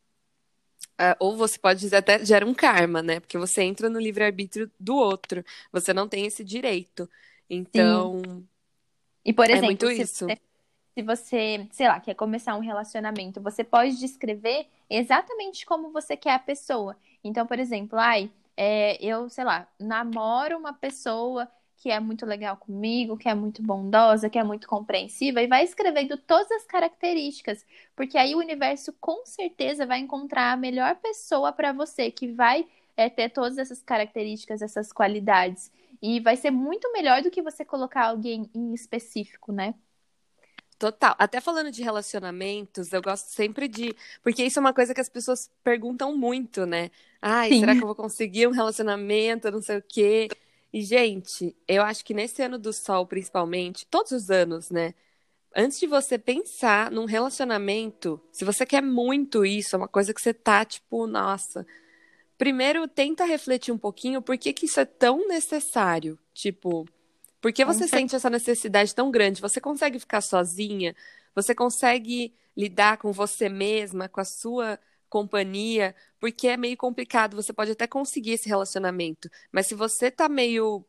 ou você pode dizer até gera um karma, né? Porque você entra no livre-arbítrio do outro. Você não tem esse direito. Sim. Então, E, por é exemplo, muito se isso. você, se você, sei lá, quer começar um relacionamento, você pode descrever exatamente como você quer a pessoa. Então, por exemplo, ai, eu, sei lá, namoro uma pessoa que é muito legal comigo, que é muito bondosa, que é muito compreensiva, e vai escrevendo todas as características, porque aí o universo com certeza vai encontrar a melhor pessoa para você, que vai ter todas essas características, essas qualidades. E vai ser muito melhor do que você colocar alguém em específico, né? Total. Até falando de relacionamentos, eu gosto sempre de. Porque isso é uma coisa que as pessoas perguntam muito, né? Ai, será que Sim. eu vou conseguir um relacionamento? Não sei o quê. E, gente, eu acho que nesse ano do Sol, principalmente, todos os anos, né? Antes de você pensar num relacionamento, se você quer muito isso, é uma coisa que você tá, tipo, nossa. Primeiro, tenta refletir um pouquinho por que que isso é tão necessário. Tipo. Por que Com você cer- sente essa necessidade tão grande? Você consegue ficar sozinha? Você consegue lidar com você mesma, com a sua companhia, porque é meio complicado. Você pode até conseguir esse relacionamento, mas se você tá meio,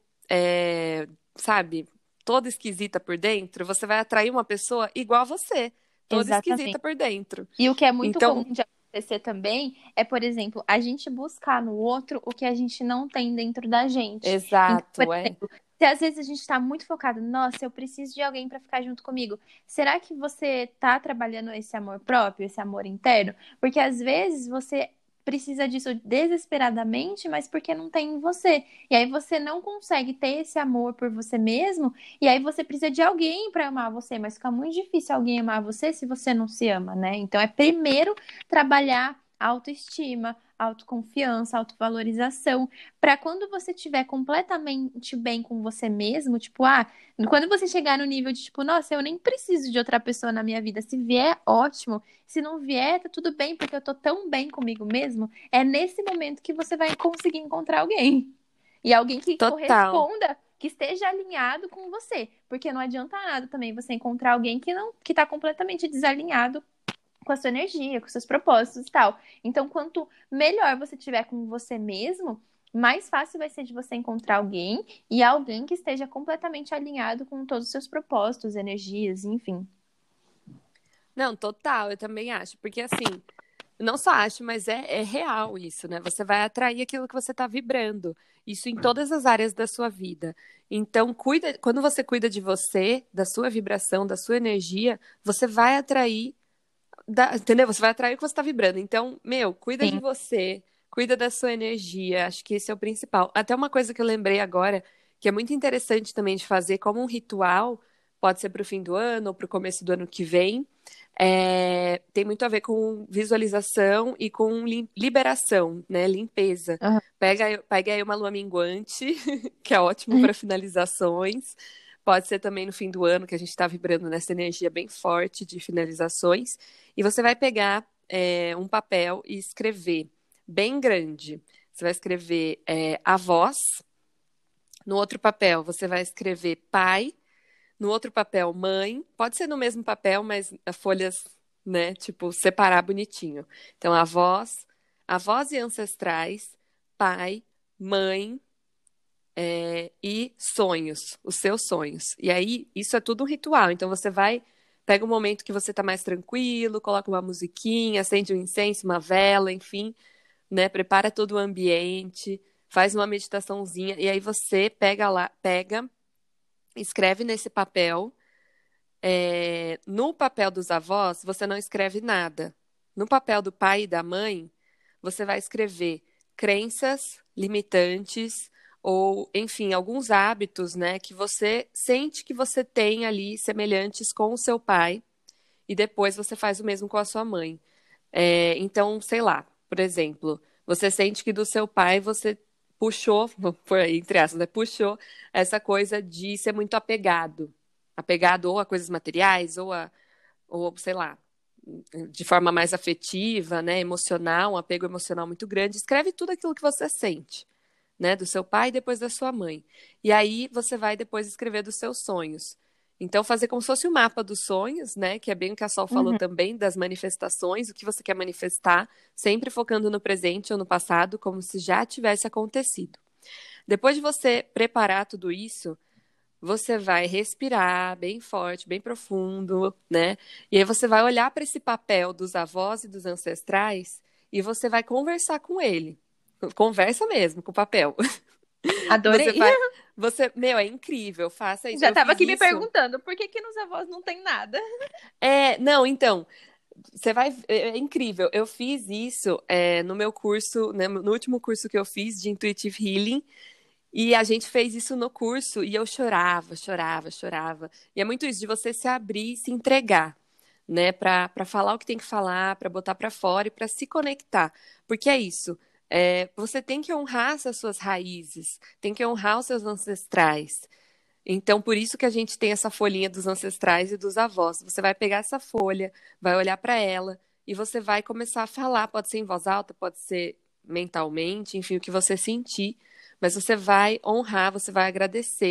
sabe, toda esquisita por dentro, você vai atrair uma pessoa igual a você, toda esquisita Exatamente. por dentro. E o que é muito Então, comum de acontecer também é, por exemplo, a gente buscar no outro o que a gente não tem dentro da gente. Então, por exato, é. exemplo, se às vezes a gente está muito focado, nossa, eu preciso de alguém para ficar junto comigo. Será que você está trabalhando esse amor próprio, esse amor interno? Porque às vezes você precisa disso desesperadamente, mas porque não tem em você. E aí você não consegue ter esse amor por você mesmo, e aí você precisa de alguém para amar você, mas fica muito difícil alguém amar você se você não se ama, né? Então é primeiro trabalhar a autoestima, autoconfiança, autovalorização, para quando você estiver completamente bem com você mesmo, tipo, quando você chegar no nível de tipo, nossa, eu nem preciso de outra pessoa na minha vida, se vier, ótimo, se não vier, tá tudo bem, porque eu tô tão bem comigo mesmo, é nesse momento que você vai conseguir encontrar alguém. E alguém que Total. corresponda, que esteja alinhado com você. Porque não adianta nada também você encontrar alguém que tá completamente desalinhado com a sua energia, com seus propósitos e tal. Então, quanto melhor você tiver com você mesmo, mais fácil vai ser de você encontrar alguém e alguém que esteja completamente alinhado com todos os seus propósitos, energias, enfim. Não, total, eu também acho. Porque assim, não só acho, mas é real isso, né? Você vai atrair aquilo que você está vibrando. Isso em todas as áreas da sua vida. Então, quando você cuida de você, da sua vibração, da sua energia, você vai atrair, entendeu? Você vai atrair o que você está vibrando. Então, meu, cuida de Sim. você, cuida da sua energia. Acho que esse é o principal. Até uma coisa que eu lembrei agora, que é muito interessante também de fazer como um ritual, pode ser para o fim do ano ou para o começo do ano que vem. Tem muito a ver com visualização e com liberação, né? Limpeza. Aham. Pega aí uma lua minguante, que é ótimo para finalizações. Pode ser também no fim do ano, que a gente está vibrando nessa energia bem forte de finalizações. E você vai pegar um papel e escrever bem grande. Você vai escrever avós. No outro papel, você vai escrever pai. No outro papel, mãe. Pode ser no mesmo papel, mas folhas, né? Tipo, separar bonitinho. Então, avós e ancestrais, pai, mãe, e sonhos, os seus sonhos. E aí, isso é tudo um ritual. Então, você vai, pega um momento que você tá mais tranquilo, coloca uma musiquinha, acende um incenso, uma vela, enfim, né? Prepara todo o ambiente, faz uma meditaçãozinha. E aí, você escreve nesse papel. No papel dos avós, você não escreve nada. No papel do pai e da mãe, você vai escrever crenças limitantes ou, enfim, alguns hábitos, né, que você sente que você tem ali semelhantes com o seu pai e depois você faz o mesmo com a sua mãe. Então, sei lá, por exemplo, você sente que do seu pai você puxou, por aí, entre aspas, né, puxou essa coisa de ser muito apegado ou a coisas materiais ou sei lá, de forma mais afetiva, né, emocional, um apego emocional muito grande. Escreve tudo aquilo que você sente, né, do seu pai e depois da sua mãe. E aí você vai depois escrever dos seus sonhos. Então, fazer como se fosse o mapa dos sonhos, né? Que é bem o que a Sol falou Uhum. também, das manifestações, o que você quer manifestar, sempre focando no presente ou no passado, como se já tivesse acontecido. Depois de você preparar tudo isso, você vai respirar bem forte, bem profundo, né? E aí você vai olhar para esse papel dos avós e dos ancestrais e você vai conversar com ele. Conversa mesmo com o papel. Você Adorei. vai, meu, é incrível, faça isso. Já Eu tava fiz aqui me isso. perguntando por que que nos avós não tem nada? Não, então, você vai, é incrível. Eu fiz isso no meu curso, né, no último curso que eu fiz de Intuitive Healing. E a gente fez isso no curso e eu chorava, chorava, chorava. E é muito isso de você se abrir e se entregar, né, para falar o que tem que falar, para botar para fora e para se conectar. Porque é isso. Você tem que honrar essas suas raízes, tem que honrar os seus ancestrais. Então, por isso que a gente tem essa folhinha dos ancestrais e dos avós. Você vai pegar essa folha, vai olhar para ela e você vai começar a falar. Pode ser em voz alta, pode ser mentalmente, enfim, o que você sentir. Mas você vai honrar, você vai agradecer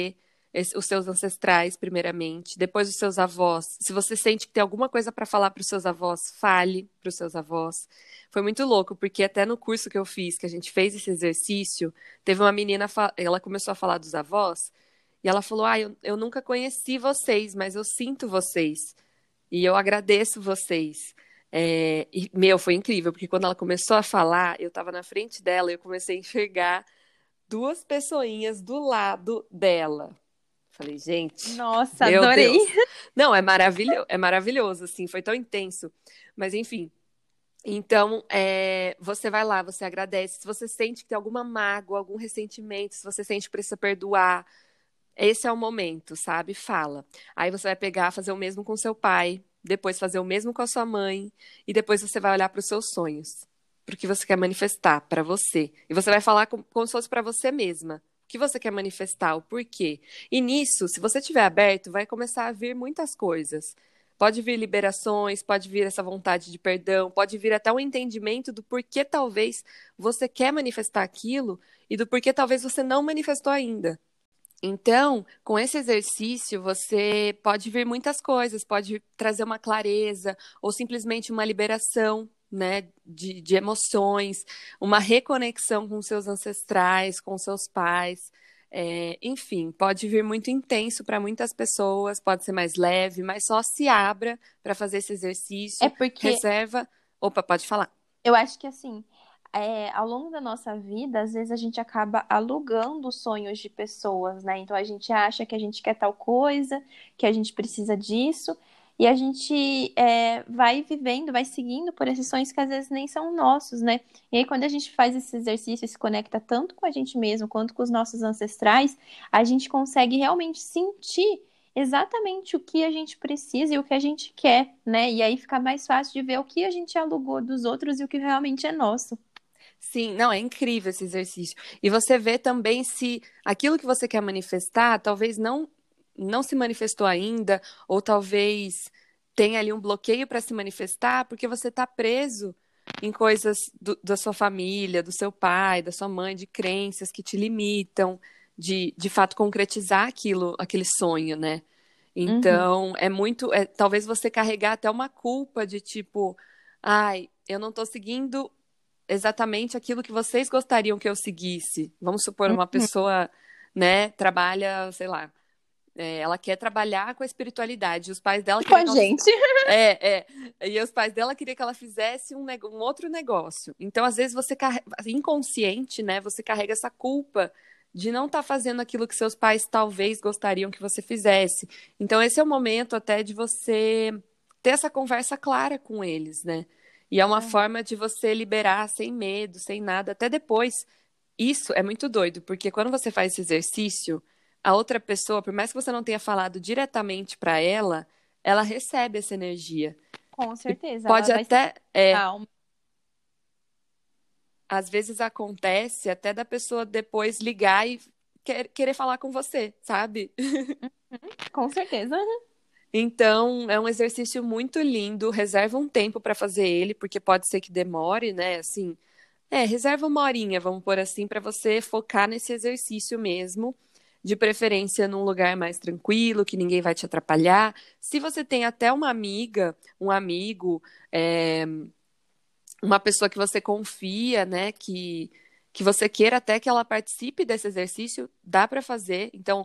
os seus ancestrais, primeiramente, depois os seus avós. Se você sente que tem alguma coisa para falar para os seus avós, fale para os seus avós. Foi muito louco, porque até no curso que eu fiz, que a gente fez esse exercício, teve uma menina, ela começou a falar dos avós, e ela falou: eu nunca conheci vocês, mas eu sinto vocês. E eu agradeço vocês. E, foi incrível, porque quando ela começou a falar, eu estava na frente dela e eu comecei a enxergar duas pessoinhas do lado dela. Falei, gente, Nossa, meu adorei. Deus. Não, é maravilhoso, assim, foi tão intenso. Mas, enfim, então, você vai lá, você agradece. Se você sente que tem alguma mágoa, algum ressentimento, se você sente que precisa perdoar, esse é o momento, sabe? Fala. Aí você vai pegar, fazer o mesmo com seu pai, depois fazer o mesmo com a sua mãe, e depois você vai olhar para os seus sonhos, para o que você quer manifestar para você. E você vai falar como se fosse para você mesma. O que você quer manifestar, o porquê. E nisso, se você estiver aberto, vai começar a vir muitas coisas. Pode vir liberações, pode vir essa vontade de perdão, pode vir até um entendimento do porquê talvez você quer manifestar aquilo e do porquê talvez você não manifestou ainda. Então, com esse exercício, você pode ver muitas coisas, pode trazer uma clareza ou simplesmente uma liberação, né, de emoções, uma reconexão com seus ancestrais, com seus pais. Enfim, pode vir muito intenso para muitas pessoas, pode ser mais leve, mas só se abra para fazer esse É exercício, porque reserva. Opa, pode falar. eu acho que assim, ao longo da nossa vida, às vezes a gente acaba alugando sonhos de pessoas, né? Então a gente acha que a gente quer tal coisa, que a gente precisa disso, e a gente vai vivendo, vai seguindo por esses sonhos que às vezes nem são nossos, né? E aí, quando a gente faz esse exercício e se conecta tanto com a gente mesmo quanto com os nossos ancestrais, a gente consegue realmente sentir exatamente o que a gente precisa e o que a gente quer, né? E aí fica mais fácil de ver o que a gente alugou dos outros e o que realmente é nosso. Sim, não, é incrível esse exercício. E você vê também se aquilo que você quer manifestar, talvez não se manifestou ainda, ou talvez tenha ali um bloqueio para se manifestar, porque você está preso em coisas da sua família, do seu pai, da sua mãe, de crenças que te limitam de fato concretizar aquele sonho, né? Uhum. Então, talvez você carregar até uma culpa de tipo, ai, eu não estou seguindo exatamente aquilo que vocês gostariam que eu seguisse. Vamos supor, uma Uhum. pessoa, né, trabalha, sei lá, ela quer trabalhar com a espiritualidade. Os pais dela Tipo queriam a que ela gente. e os pais dela queriam que ela fizesse um outro negócio. Então, às vezes, você inconsciente, né, você carrega essa culpa de não estar fazendo aquilo que seus pais talvez gostariam que você fizesse. Então, esse é o momento até de você ter essa conversa clara com eles, né? E é uma Uhum. forma de você liberar sem medo, sem nada, até depois. Isso é muito doido, porque quando você faz esse exercício, a outra pessoa, por mais que você não tenha falado diretamente para ela, ela recebe essa energia. Com E certeza, ela pode vai ser até, calma. às vezes acontece até da pessoa depois ligar e querer falar com você, sabe? Com certeza. Então, é um exercício muito lindo. Reserva um tempo para fazer ele, porque pode ser que demore, né? Assim, reserva uma horinha, vamos pôr assim, para você focar nesse exercício mesmo. De preferência num lugar mais tranquilo, que ninguém vai te atrapalhar. Se você tem até uma amiga, um amigo, uma pessoa que você confia, né, que você queira até que ela participe desse exercício, dá para fazer. Então,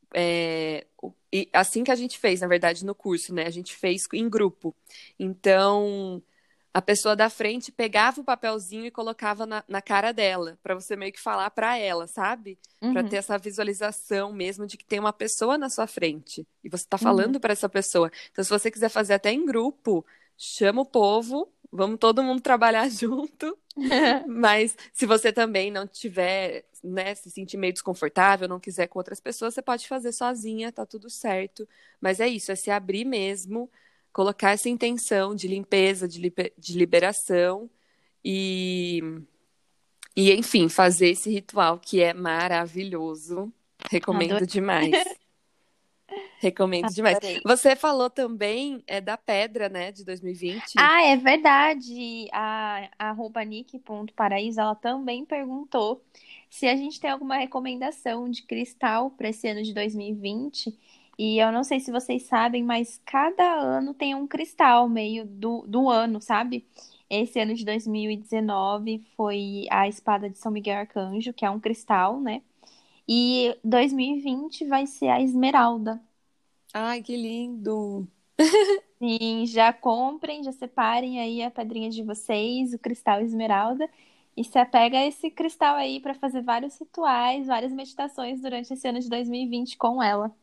e assim que a gente fez, na verdade, no curso, né, a gente fez em grupo. Então, a pessoa da frente pegava o papelzinho e colocava na cara dela, para você meio que falar para ela, sabe? Para ter Uhum. essa visualização mesmo de que tem uma pessoa na sua frente e você está Uhum. falando para essa pessoa. Então, se você quiser fazer até em grupo, chama o povo, vamos todo mundo trabalhar junto. Mas se você também não tiver, né, se sentir meio desconfortável, não quiser com outras pessoas, você pode fazer sozinha, tá tudo certo. Mas é isso, é se abrir mesmo, colocar essa intenção de limpeza, de liberação e, enfim, fazer esse ritual que é maravilhoso. Adorei. Recomendo demais. Recomendo demais. Adorei. Você falou também da pedra, né, de 2020. Ah, é verdade. A arroba nick.paraíso, ela também perguntou se a gente tem alguma recomendação de cristal para esse ano de 2020. E eu não sei se vocês sabem, mas cada ano tem um cristal meio do ano, sabe? Esse ano de 2019 foi a espada de São Miguel Arcanjo, que é um cristal, né? E 2020 vai ser a esmeralda. Ai, que lindo! Sim, já comprem, já separem aí a pedrinha de vocês, o cristal esmeralda, e se apega a esse cristal aí para fazer vários rituais, várias meditações durante esse ano de 2020 com ela.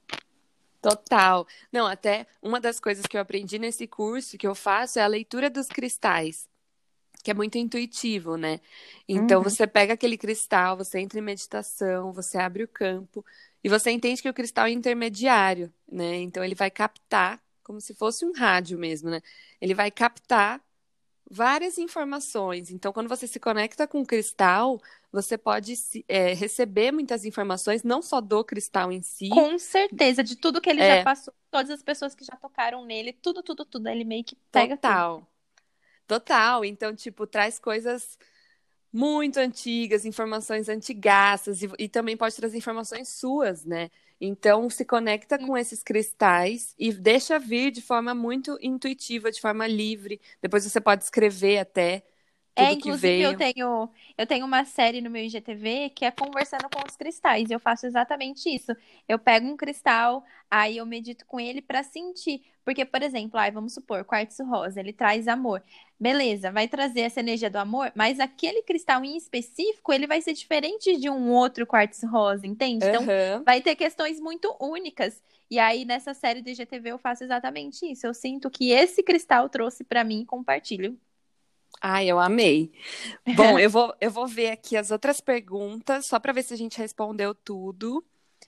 Total. Não, até uma das coisas que eu aprendi nesse curso que eu faço é a leitura dos cristais, que é muito intuitivo, né? Então Uhum. você pega aquele cristal, você entra em meditação, você abre o campo e você entende que o cristal é intermediário, né? Então ele vai captar, como se fosse um rádio mesmo, né? Ele vai captar várias informações. Então, quando você se conecta com o cristal, você pode receber muitas informações, não só do cristal em si. Com certeza, de tudo que ele já É, passou, todas as pessoas que já tocaram nele, tudo, tudo, tudo, ele meio que pega tudo. total. Total. Então, tipo, traz coisas muito antigas, informações antigaças, e também pode trazer informações suas, né? Então, se conecta com esses cristais e deixa vir de forma muito intuitiva, de forma livre. Depois você pode escrever até É, tudo que inclusive veio. eu tenho uma série no meu IGTV que é conversando com os cristais. E eu faço exatamente isso. Eu pego um cristal, aí eu medito com ele pra sentir. Porque, por exemplo, ai, vamos supor, quartzo rosa, ele traz amor. Beleza, vai trazer essa energia do amor, mas aquele cristal em específico, ele vai ser diferente de um outro quartzo rosa, entende? Então, Aham. vai ter questões muito únicas. E aí, nessa série do IGTV, eu faço exatamente isso. Eu sinto que esse cristal trouxe pra mim e compartilho. Ai, eu amei. Bom, eu vou ver aqui as outras perguntas, só para ver se a gente respondeu tudo.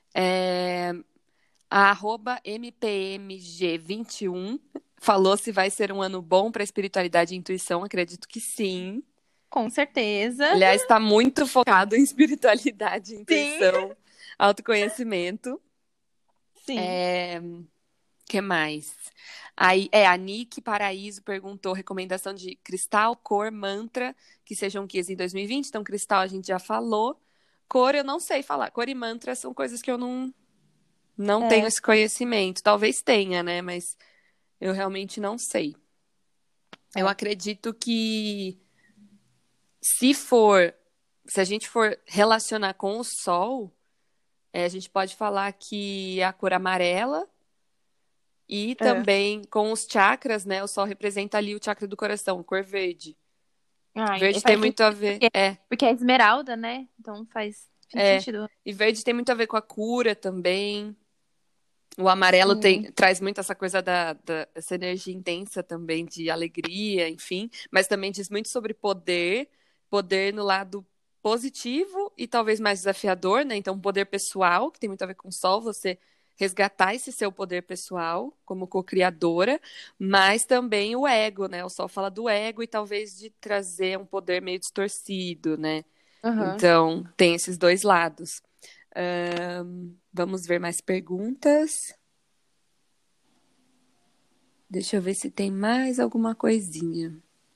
É, a arroba MPMG21 falou se vai ser um ano bom para espiritualidade e intuição. Acredito que sim. Com certeza. Aliás, está muito focado em espiritualidade, Sim, intuição, autoconhecimento. sim. É, que mais? Aí, a Nick Paraíso perguntou recomendação de cristal, cor, mantra, que sejam guias em 2020. Então, cristal a gente já falou. Cor eu não sei falar. Cor e mantra são coisas que eu não tenho É, esse conhecimento. Talvez tenha, né? Mas eu realmente não sei. Eu é. acredito que se for, se a gente for relacionar com o sol, a gente pode falar que é a cor amarela. E É. também com os chakras, né? O sol representa ali o chakra do coração, cor verde. Ai, Verde tem faz muito a sentido, ver. porque é esmeralda, né? Então faz É. sentido. E verde tem muito a ver com a cura também. O amarelo Sim. traz muito essa coisa essa energia intensa também, de alegria, enfim. Mas também diz muito sobre poder, poder no lado positivo e talvez mais desafiador, né? Então, poder pessoal, que tem muito a ver com o sol, você resgatar esse seu poder pessoal como co-criadora, mas também o ego, né? O sol fala do ego e talvez de trazer um poder meio distorcido, né? Aham. Então, tem esses dois lados. Vamos ver mais perguntas. Deixa eu ver se tem mais alguma coisinha.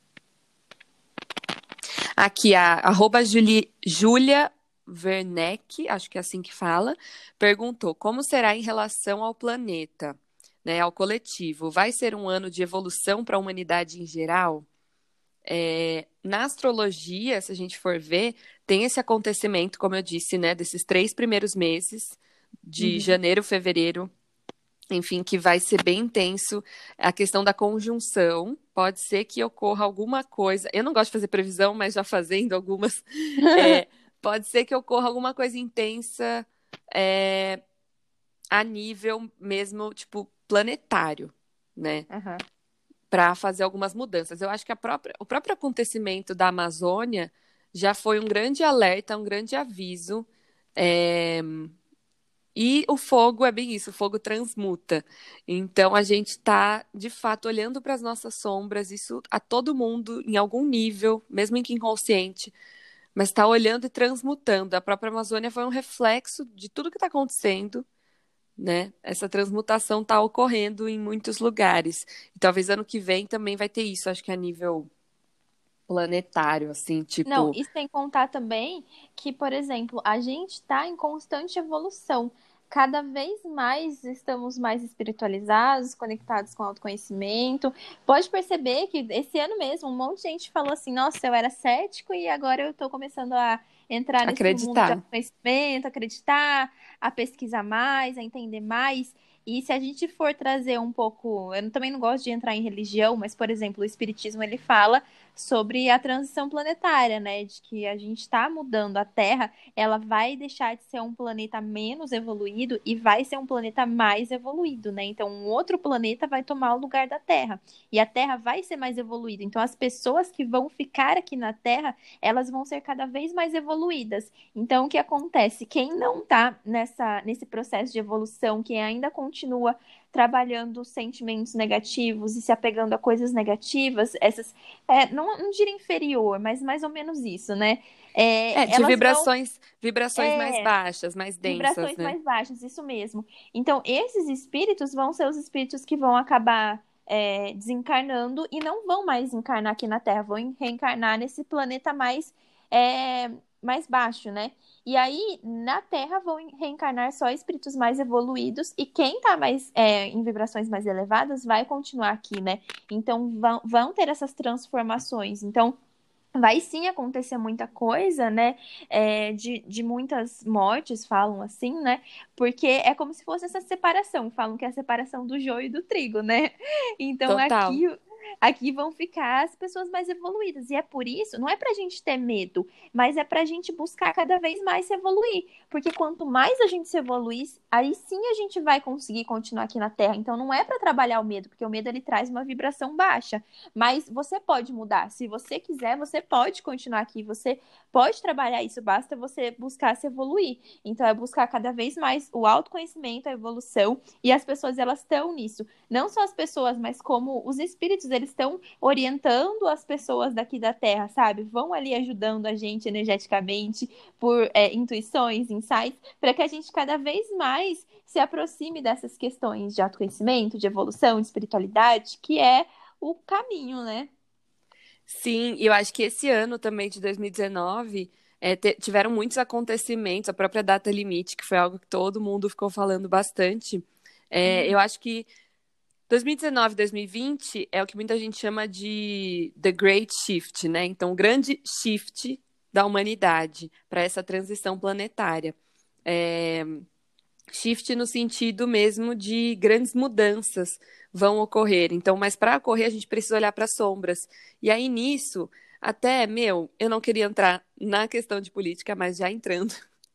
Aqui, a arroba Julia Werneck, acho que é assim que fala, perguntou como será em relação ao planeta, né, ao coletivo. Vai ser um ano de evolução para a humanidade em geral? Na astrologia, se a gente for ver, tem esse acontecimento, como eu disse, né, desses 3 primeiros meses, de Uhum. janeiro, fevereiro, enfim, que vai ser bem intenso. A questão da conjunção, pode ser que ocorra alguma coisa. Eu não gosto de fazer previsão, mas já fazendo algumas, é, pode ser que ocorra alguma coisa intensa é, a nível mesmo, tipo, planetário, né? Aham. Para fazer algumas mudanças. Eu acho que o próprio acontecimento da Amazônia já foi um grande alerta, um grande aviso. é, E o fogo é bem isso, o fogo transmuta. Então a gente está, de fato, olhando para as nossas sombras, isso a todo mundo, em algum nível, mesmo que inconsciente, mas está olhando e transmutando. A própria Amazônia foi um reflexo de tudo que está acontecendo né? Essa transmutação está ocorrendo em muitos lugares. E talvez ano que vem também vai ter isso, acho que a nível planetário, assim, Não, tipo, e sem contar também que, por exemplo, a gente está em constante evolução. Cada vez mais estamos mais espiritualizados, conectados com o autoconhecimento. Pode perceber que esse ano mesmo, um monte de gente falou assim: nossa, eu era cético e agora eu estou começando a entrar nesse mundo de acreditar. autoconhecimento, acreditar, a pesquisar mais, a entender mais. E se a gente for trazer um pouco, eu também não gosto de entrar em religião, mas, por exemplo, o Espiritismo ele fala sobre a transição planetária, né? De que a gente está mudando a Terra, ela vai deixar de ser um planeta menos evoluído e vai ser um planeta mais evoluído, né? Então, um outro planeta vai tomar o lugar da Terra e a Terra vai ser mais evoluída. Então, as pessoas que vão ficar aqui na Terra, elas vão ser cada vez mais evoluídas. Então, o que acontece? Quem não está nesse processo de evolução, quem ainda continua trabalhando sentimentos negativos e se apegando a coisas negativas, essas não diria inferior, mas mais ou menos isso, né? De Elas vão vibrações mais é, baixas, mais densas, vibrações né? mais baixas, isso mesmo. Então, esses espíritos vão ser os espíritos que vão acabar desencarnando e não vão mais encarnar aqui na Terra, vão reencarnar nesse planeta é, mais baixo, né? E aí, na Terra, vão reencarnar só espíritos mais evoluídos, e quem tá mais em vibrações mais elevadas vai continuar aqui, né? Então, vão ter essas transformações. Então, vai sim acontecer muita coisa, né? De muitas mortes, falam assim, né? Porque é como se fosse essa separação. Falam que é a separação do joio e do trigo, né? Então Total. aqui vão ficar as pessoas mais evoluídas. E é por isso, não é pra gente ter medo, mas é pra gente buscar cada vez mais se evoluir. Porque quanto mais a gente se evoluir, aí sim a gente vai conseguir continuar aqui na Terra. Então não é pra trabalhar o medo, porque o medo ele traz uma vibração baixa. Mas você pode mudar. Se você quiser, você pode continuar aqui. Você pode trabalhar isso. Basta você buscar se evoluir. Então, é buscar cada vez mais o autoconhecimento, a evolução. E as pessoas, elas estão nisso. Não só as pessoas, mas como os espíritos, eles estão orientando as pessoas daqui da Terra, sabe? Vão ali ajudando a gente energeticamente por intuições, insights, para que a gente cada vez mais se aproxime dessas questões de autoconhecimento, de evolução, de espiritualidade, que é o caminho, né? Sim, e eu acho que esse ano também de 2019 tiveram muitos acontecimentos, a própria data limite, que foi algo que todo mundo ficou falando bastante. Eu acho que 2019 e 2020 é o que muita gente chama de The Great Shift, né? Então, o grande shift da humanidade para essa transição planetária. É, Shift no sentido mesmo de grandes mudanças vão ocorrer. Então, mas para ocorrer, a gente precisa olhar para as sombras. E aí, nisso, até, eu não queria entrar na questão de política, mas já entrando.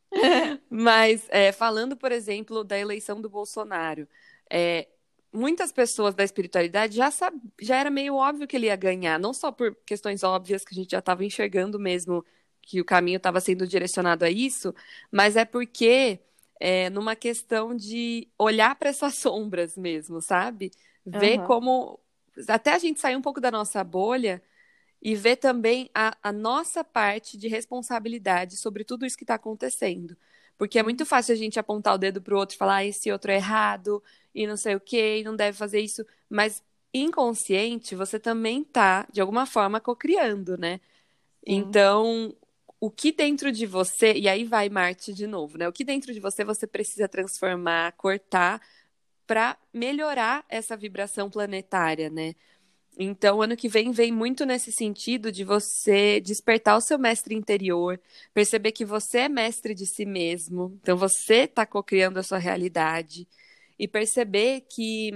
Mas, falando, por exemplo, da eleição do Bolsonaro, é, muitas pessoas da espiritualidade já era meio óbvio que ele ia ganhar, não só por questões óbvias que a gente já estava enxergando mesmo que o caminho estava sendo direcionado a isso, mas é porque numa questão de olhar para essas sombras mesmo, sabe? Ver Aham. como até a gente sair um pouco da nossa bolha e ver também a nossa parte de responsabilidade sobre tudo isso que está acontecendo. Porque é muito Uhum. fácil a gente apontar o dedo para o outro e falar, esse outro é errado, e não sei o quê, e não deve fazer isso. Mas inconsciente, você também está, de alguma forma, cocriando, né? Sim. Então, o que dentro de você, e aí vai Marte de novo, né? O que dentro de você precisa transformar, cortar, para melhorar essa vibração planetária, né? Então, ano que vem muito nesse sentido de você despertar o seu mestre interior, perceber que você é mestre de si mesmo, então você está cocriando a sua realidade, e perceber que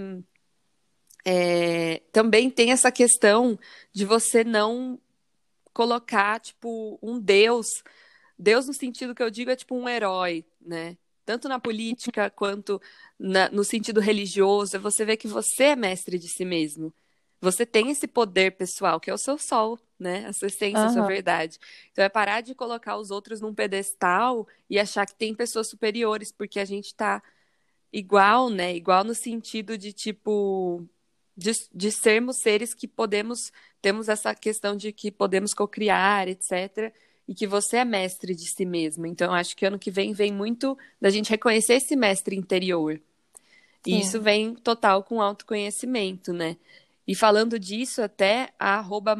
também tem essa questão de você não colocar, tipo, um Deus, Deus no sentido que eu digo é tipo um herói, né? Tanto na política quanto no sentido religioso, é você ver que você é mestre de si mesmo. Você tem esse poder pessoal, que é o seu sol, né? A sua essência, a sua Aham. verdade. Então é parar de colocar os outros num pedestal e achar que tem pessoas superiores, porque a gente tá igual, né? Igual no sentido de tipo de sermos seres que podemos, temos essa questão de que podemos cocriar, etc. E que você é mestre de si mesmo. Então, eu acho que ano que vem muito da gente reconhecer esse mestre interior. E isso Sim. vem total com autoconhecimento, né? E falando disso, até a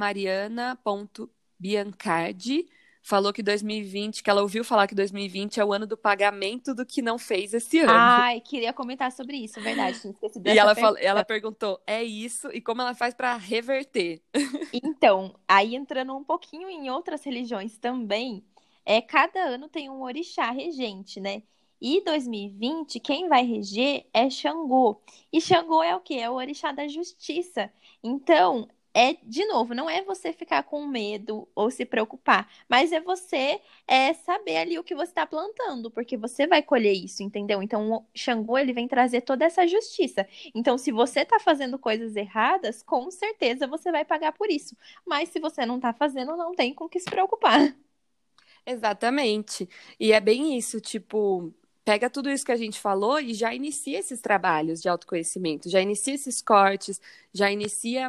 @mariana.biancardi falou que 2020, que ela ouviu falar que 2020 é o ano do pagamento do que não fez esse ano. Ai, queria comentar sobre isso, verdade, tinha esquecido E dessa ela pergunta. perguntou, é isso? E como ela faz para reverter? Então, aí entrando um pouquinho em outras religiões também, cada ano tem um orixá regente, né? E 2020, quem vai reger é Xangô. E Xangô é o quê? É o orixá da justiça. Então, de novo, não é você ficar com medo ou se preocupar, mas é você saber ali o que você está plantando, porque você vai colher isso, entendeu? Então, o Xangô, ele vem trazer toda essa justiça. Então, se você está fazendo coisas erradas, com certeza você vai pagar por isso. Mas se você não está fazendo, não tem com que se preocupar. Exatamente. E é bem isso, tipo, pega tudo isso que a gente falou e já inicia esses trabalhos de autoconhecimento, já inicia esses cortes, já inicia,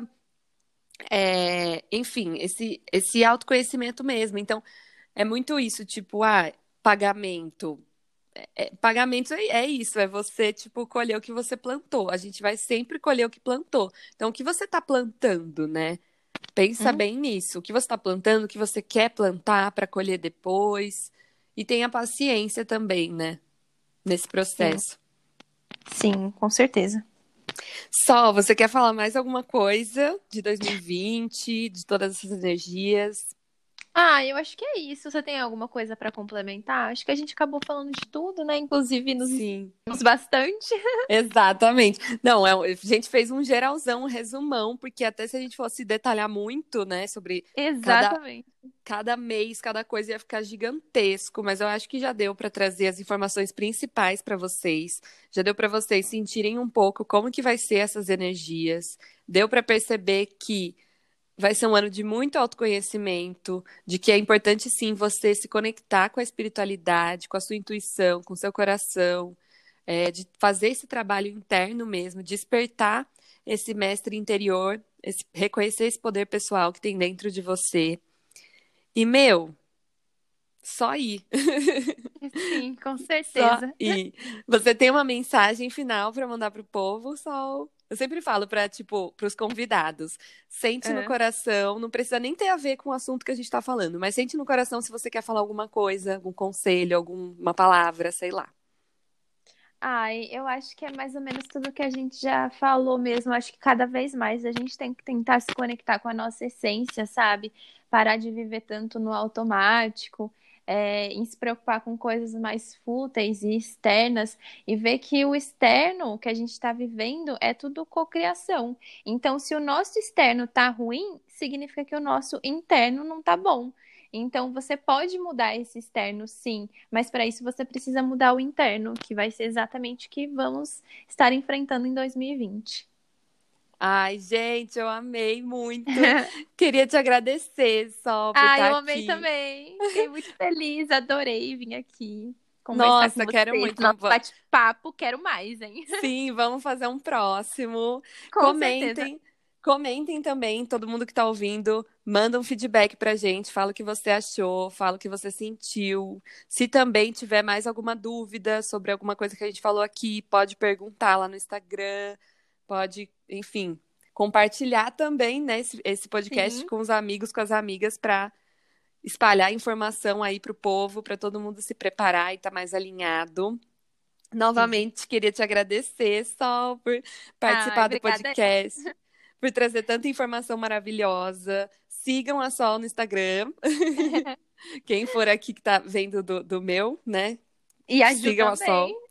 enfim, esse autoconhecimento mesmo. Então, é muito isso, tipo, pagamento. Pagamento é isso, é você, tipo, colher o que você plantou. A gente vai sempre colher o que plantou. Então, o que você está plantando, né? Pensa Hum, bem nisso. O que você está plantando, o que você quer plantar para colher depois. E tenha paciência também, né? Nesse sim, processo. sim, com certeza. Sol, você quer falar mais alguma coisa de 2020, de todas essas energias? Ah, eu acho que é isso. Você tem alguma coisa para complementar? Acho que a gente acabou falando de tudo, né? Inclusive nos Sim. ensinamos bastante. Exatamente. Não, a gente fez um geralzão, um resumão, porque até se a gente fosse detalhar muito, né, sobre cada, Exatamente. cada mês, cada coisa ia ficar gigantesco, mas eu acho que já deu para trazer as informações principais para vocês. Já deu para vocês sentirem um pouco como que vai ser essas energias. Deu para perceber que vai ser um ano de muito autoconhecimento, de que é importante sim você se conectar com a espiritualidade, com a sua intuição, com o seu coração, de fazer esse trabalho interno mesmo, despertar esse mestre interior, reconhecer esse poder pessoal que tem dentro de você. E, meu, só ir. Sim, com Só certeza. ir. Você tem uma mensagem final para mandar pro povo, Sol? Eu sempre falo para, tipo, para os convidados, sente no É. coração, não precisa nem ter a ver com o assunto que a gente está falando, mas sente no coração se você quer falar alguma coisa, algum conselho, alguma palavra, sei lá. Ai, eu acho que é mais ou menos tudo que a gente já falou mesmo. Acho que cada vez mais a gente tem que tentar se conectar com a nossa essência, sabe? Parar de viver tanto no automático, em se preocupar com coisas mais fúteis e externas, e ver que o externo que a gente está vivendo é tudo cocriação. Então, se o nosso externo tá ruim, significa que o nosso interno não tá bom. Então, você pode mudar esse externo, sim, mas para isso você precisa mudar o interno, que vai ser exatamente o que vamos estar enfrentando em 2020. Ai, gente, eu amei muito. Queria te agradecer, Sol, por Ah, estar eu amei aqui. também. Fiquei muito feliz, adorei vir aqui conversar com Nossa, quero vocês. muito. Nosso bate-papo, quero mais, hein? Sim, vamos fazer um próximo. Com certeza. Comentem, comentem também, todo mundo que está ouvindo, manda um feedback pra gente, fala o que você achou, fala o que você sentiu. Se também tiver mais alguma dúvida sobre alguma coisa que a gente falou aqui, pode perguntar lá no Instagram, pode, enfim, compartilhar também, né, esse podcast Sim, com os amigos, com as amigas, para espalhar informação aí pro povo, para todo mundo se preparar e estar mais alinhado. sim. Novamente, queria te agradecer, Sol, por Ai, participar do obrigada. podcast, por trazer tanta informação maravilhosa. Sigam a Sol no Instagram. Quem for aqui que tá vendo do meu, né? E a Ju Sigam a também. Sol.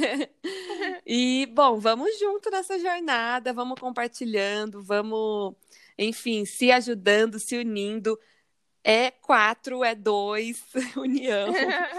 E, bom, vamos junto nessa jornada, vamos compartilhando, vamos, enfim, se ajudando, se unindo. É quatro, é dois, união.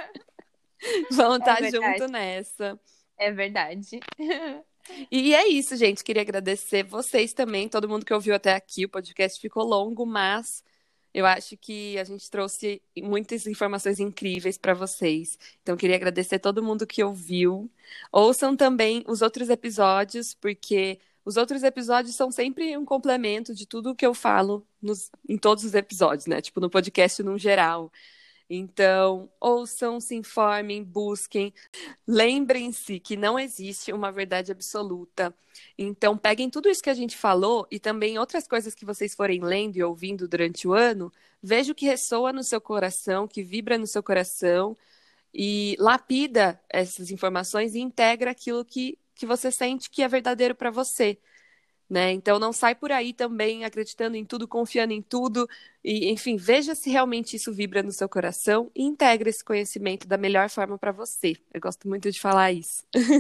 Vamos É estar verdade, junto nessa. é verdade. E é isso, gente. Queria agradecer vocês também, todo mundo que ouviu até aqui. O podcast ficou longo, mas eu acho que a gente trouxe muitas informações incríveis para vocês. Então, queria agradecer todo mundo que ouviu. Ouçam também os outros episódios, porque os outros episódios são sempre um complemento de tudo que eu falo em todos os episódios, né? Tipo, no podcast no geral. Então, ouçam, se informem, busquem. Lembrem-se que não existe uma verdade absoluta. Então, peguem tudo isso que a gente falou e também outras coisas que vocês forem lendo e ouvindo durante o ano, veja o que ressoa no seu coração, que vibra no seu coração e lapida essas informações e integra aquilo que você sente que é verdadeiro para você, né? Então não sai por aí também acreditando em tudo, confiando em tudo, e enfim, veja se realmente isso vibra no seu coração e integra esse conhecimento da melhor forma para você. Eu gosto muito de falar isso.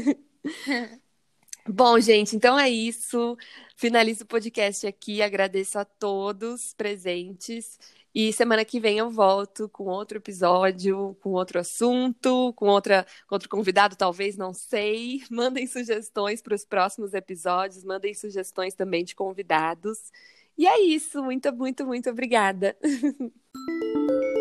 Bom, gente, então é isso. Finalizo o podcast aqui. Agradeço a todos presentes. E semana que vem eu volto com outro episódio, com outro assunto, com outro convidado, talvez, não sei. Mandem sugestões para os próximos episódios, mandem sugestões também de convidados. E é isso. Muito, muito, muito obrigada.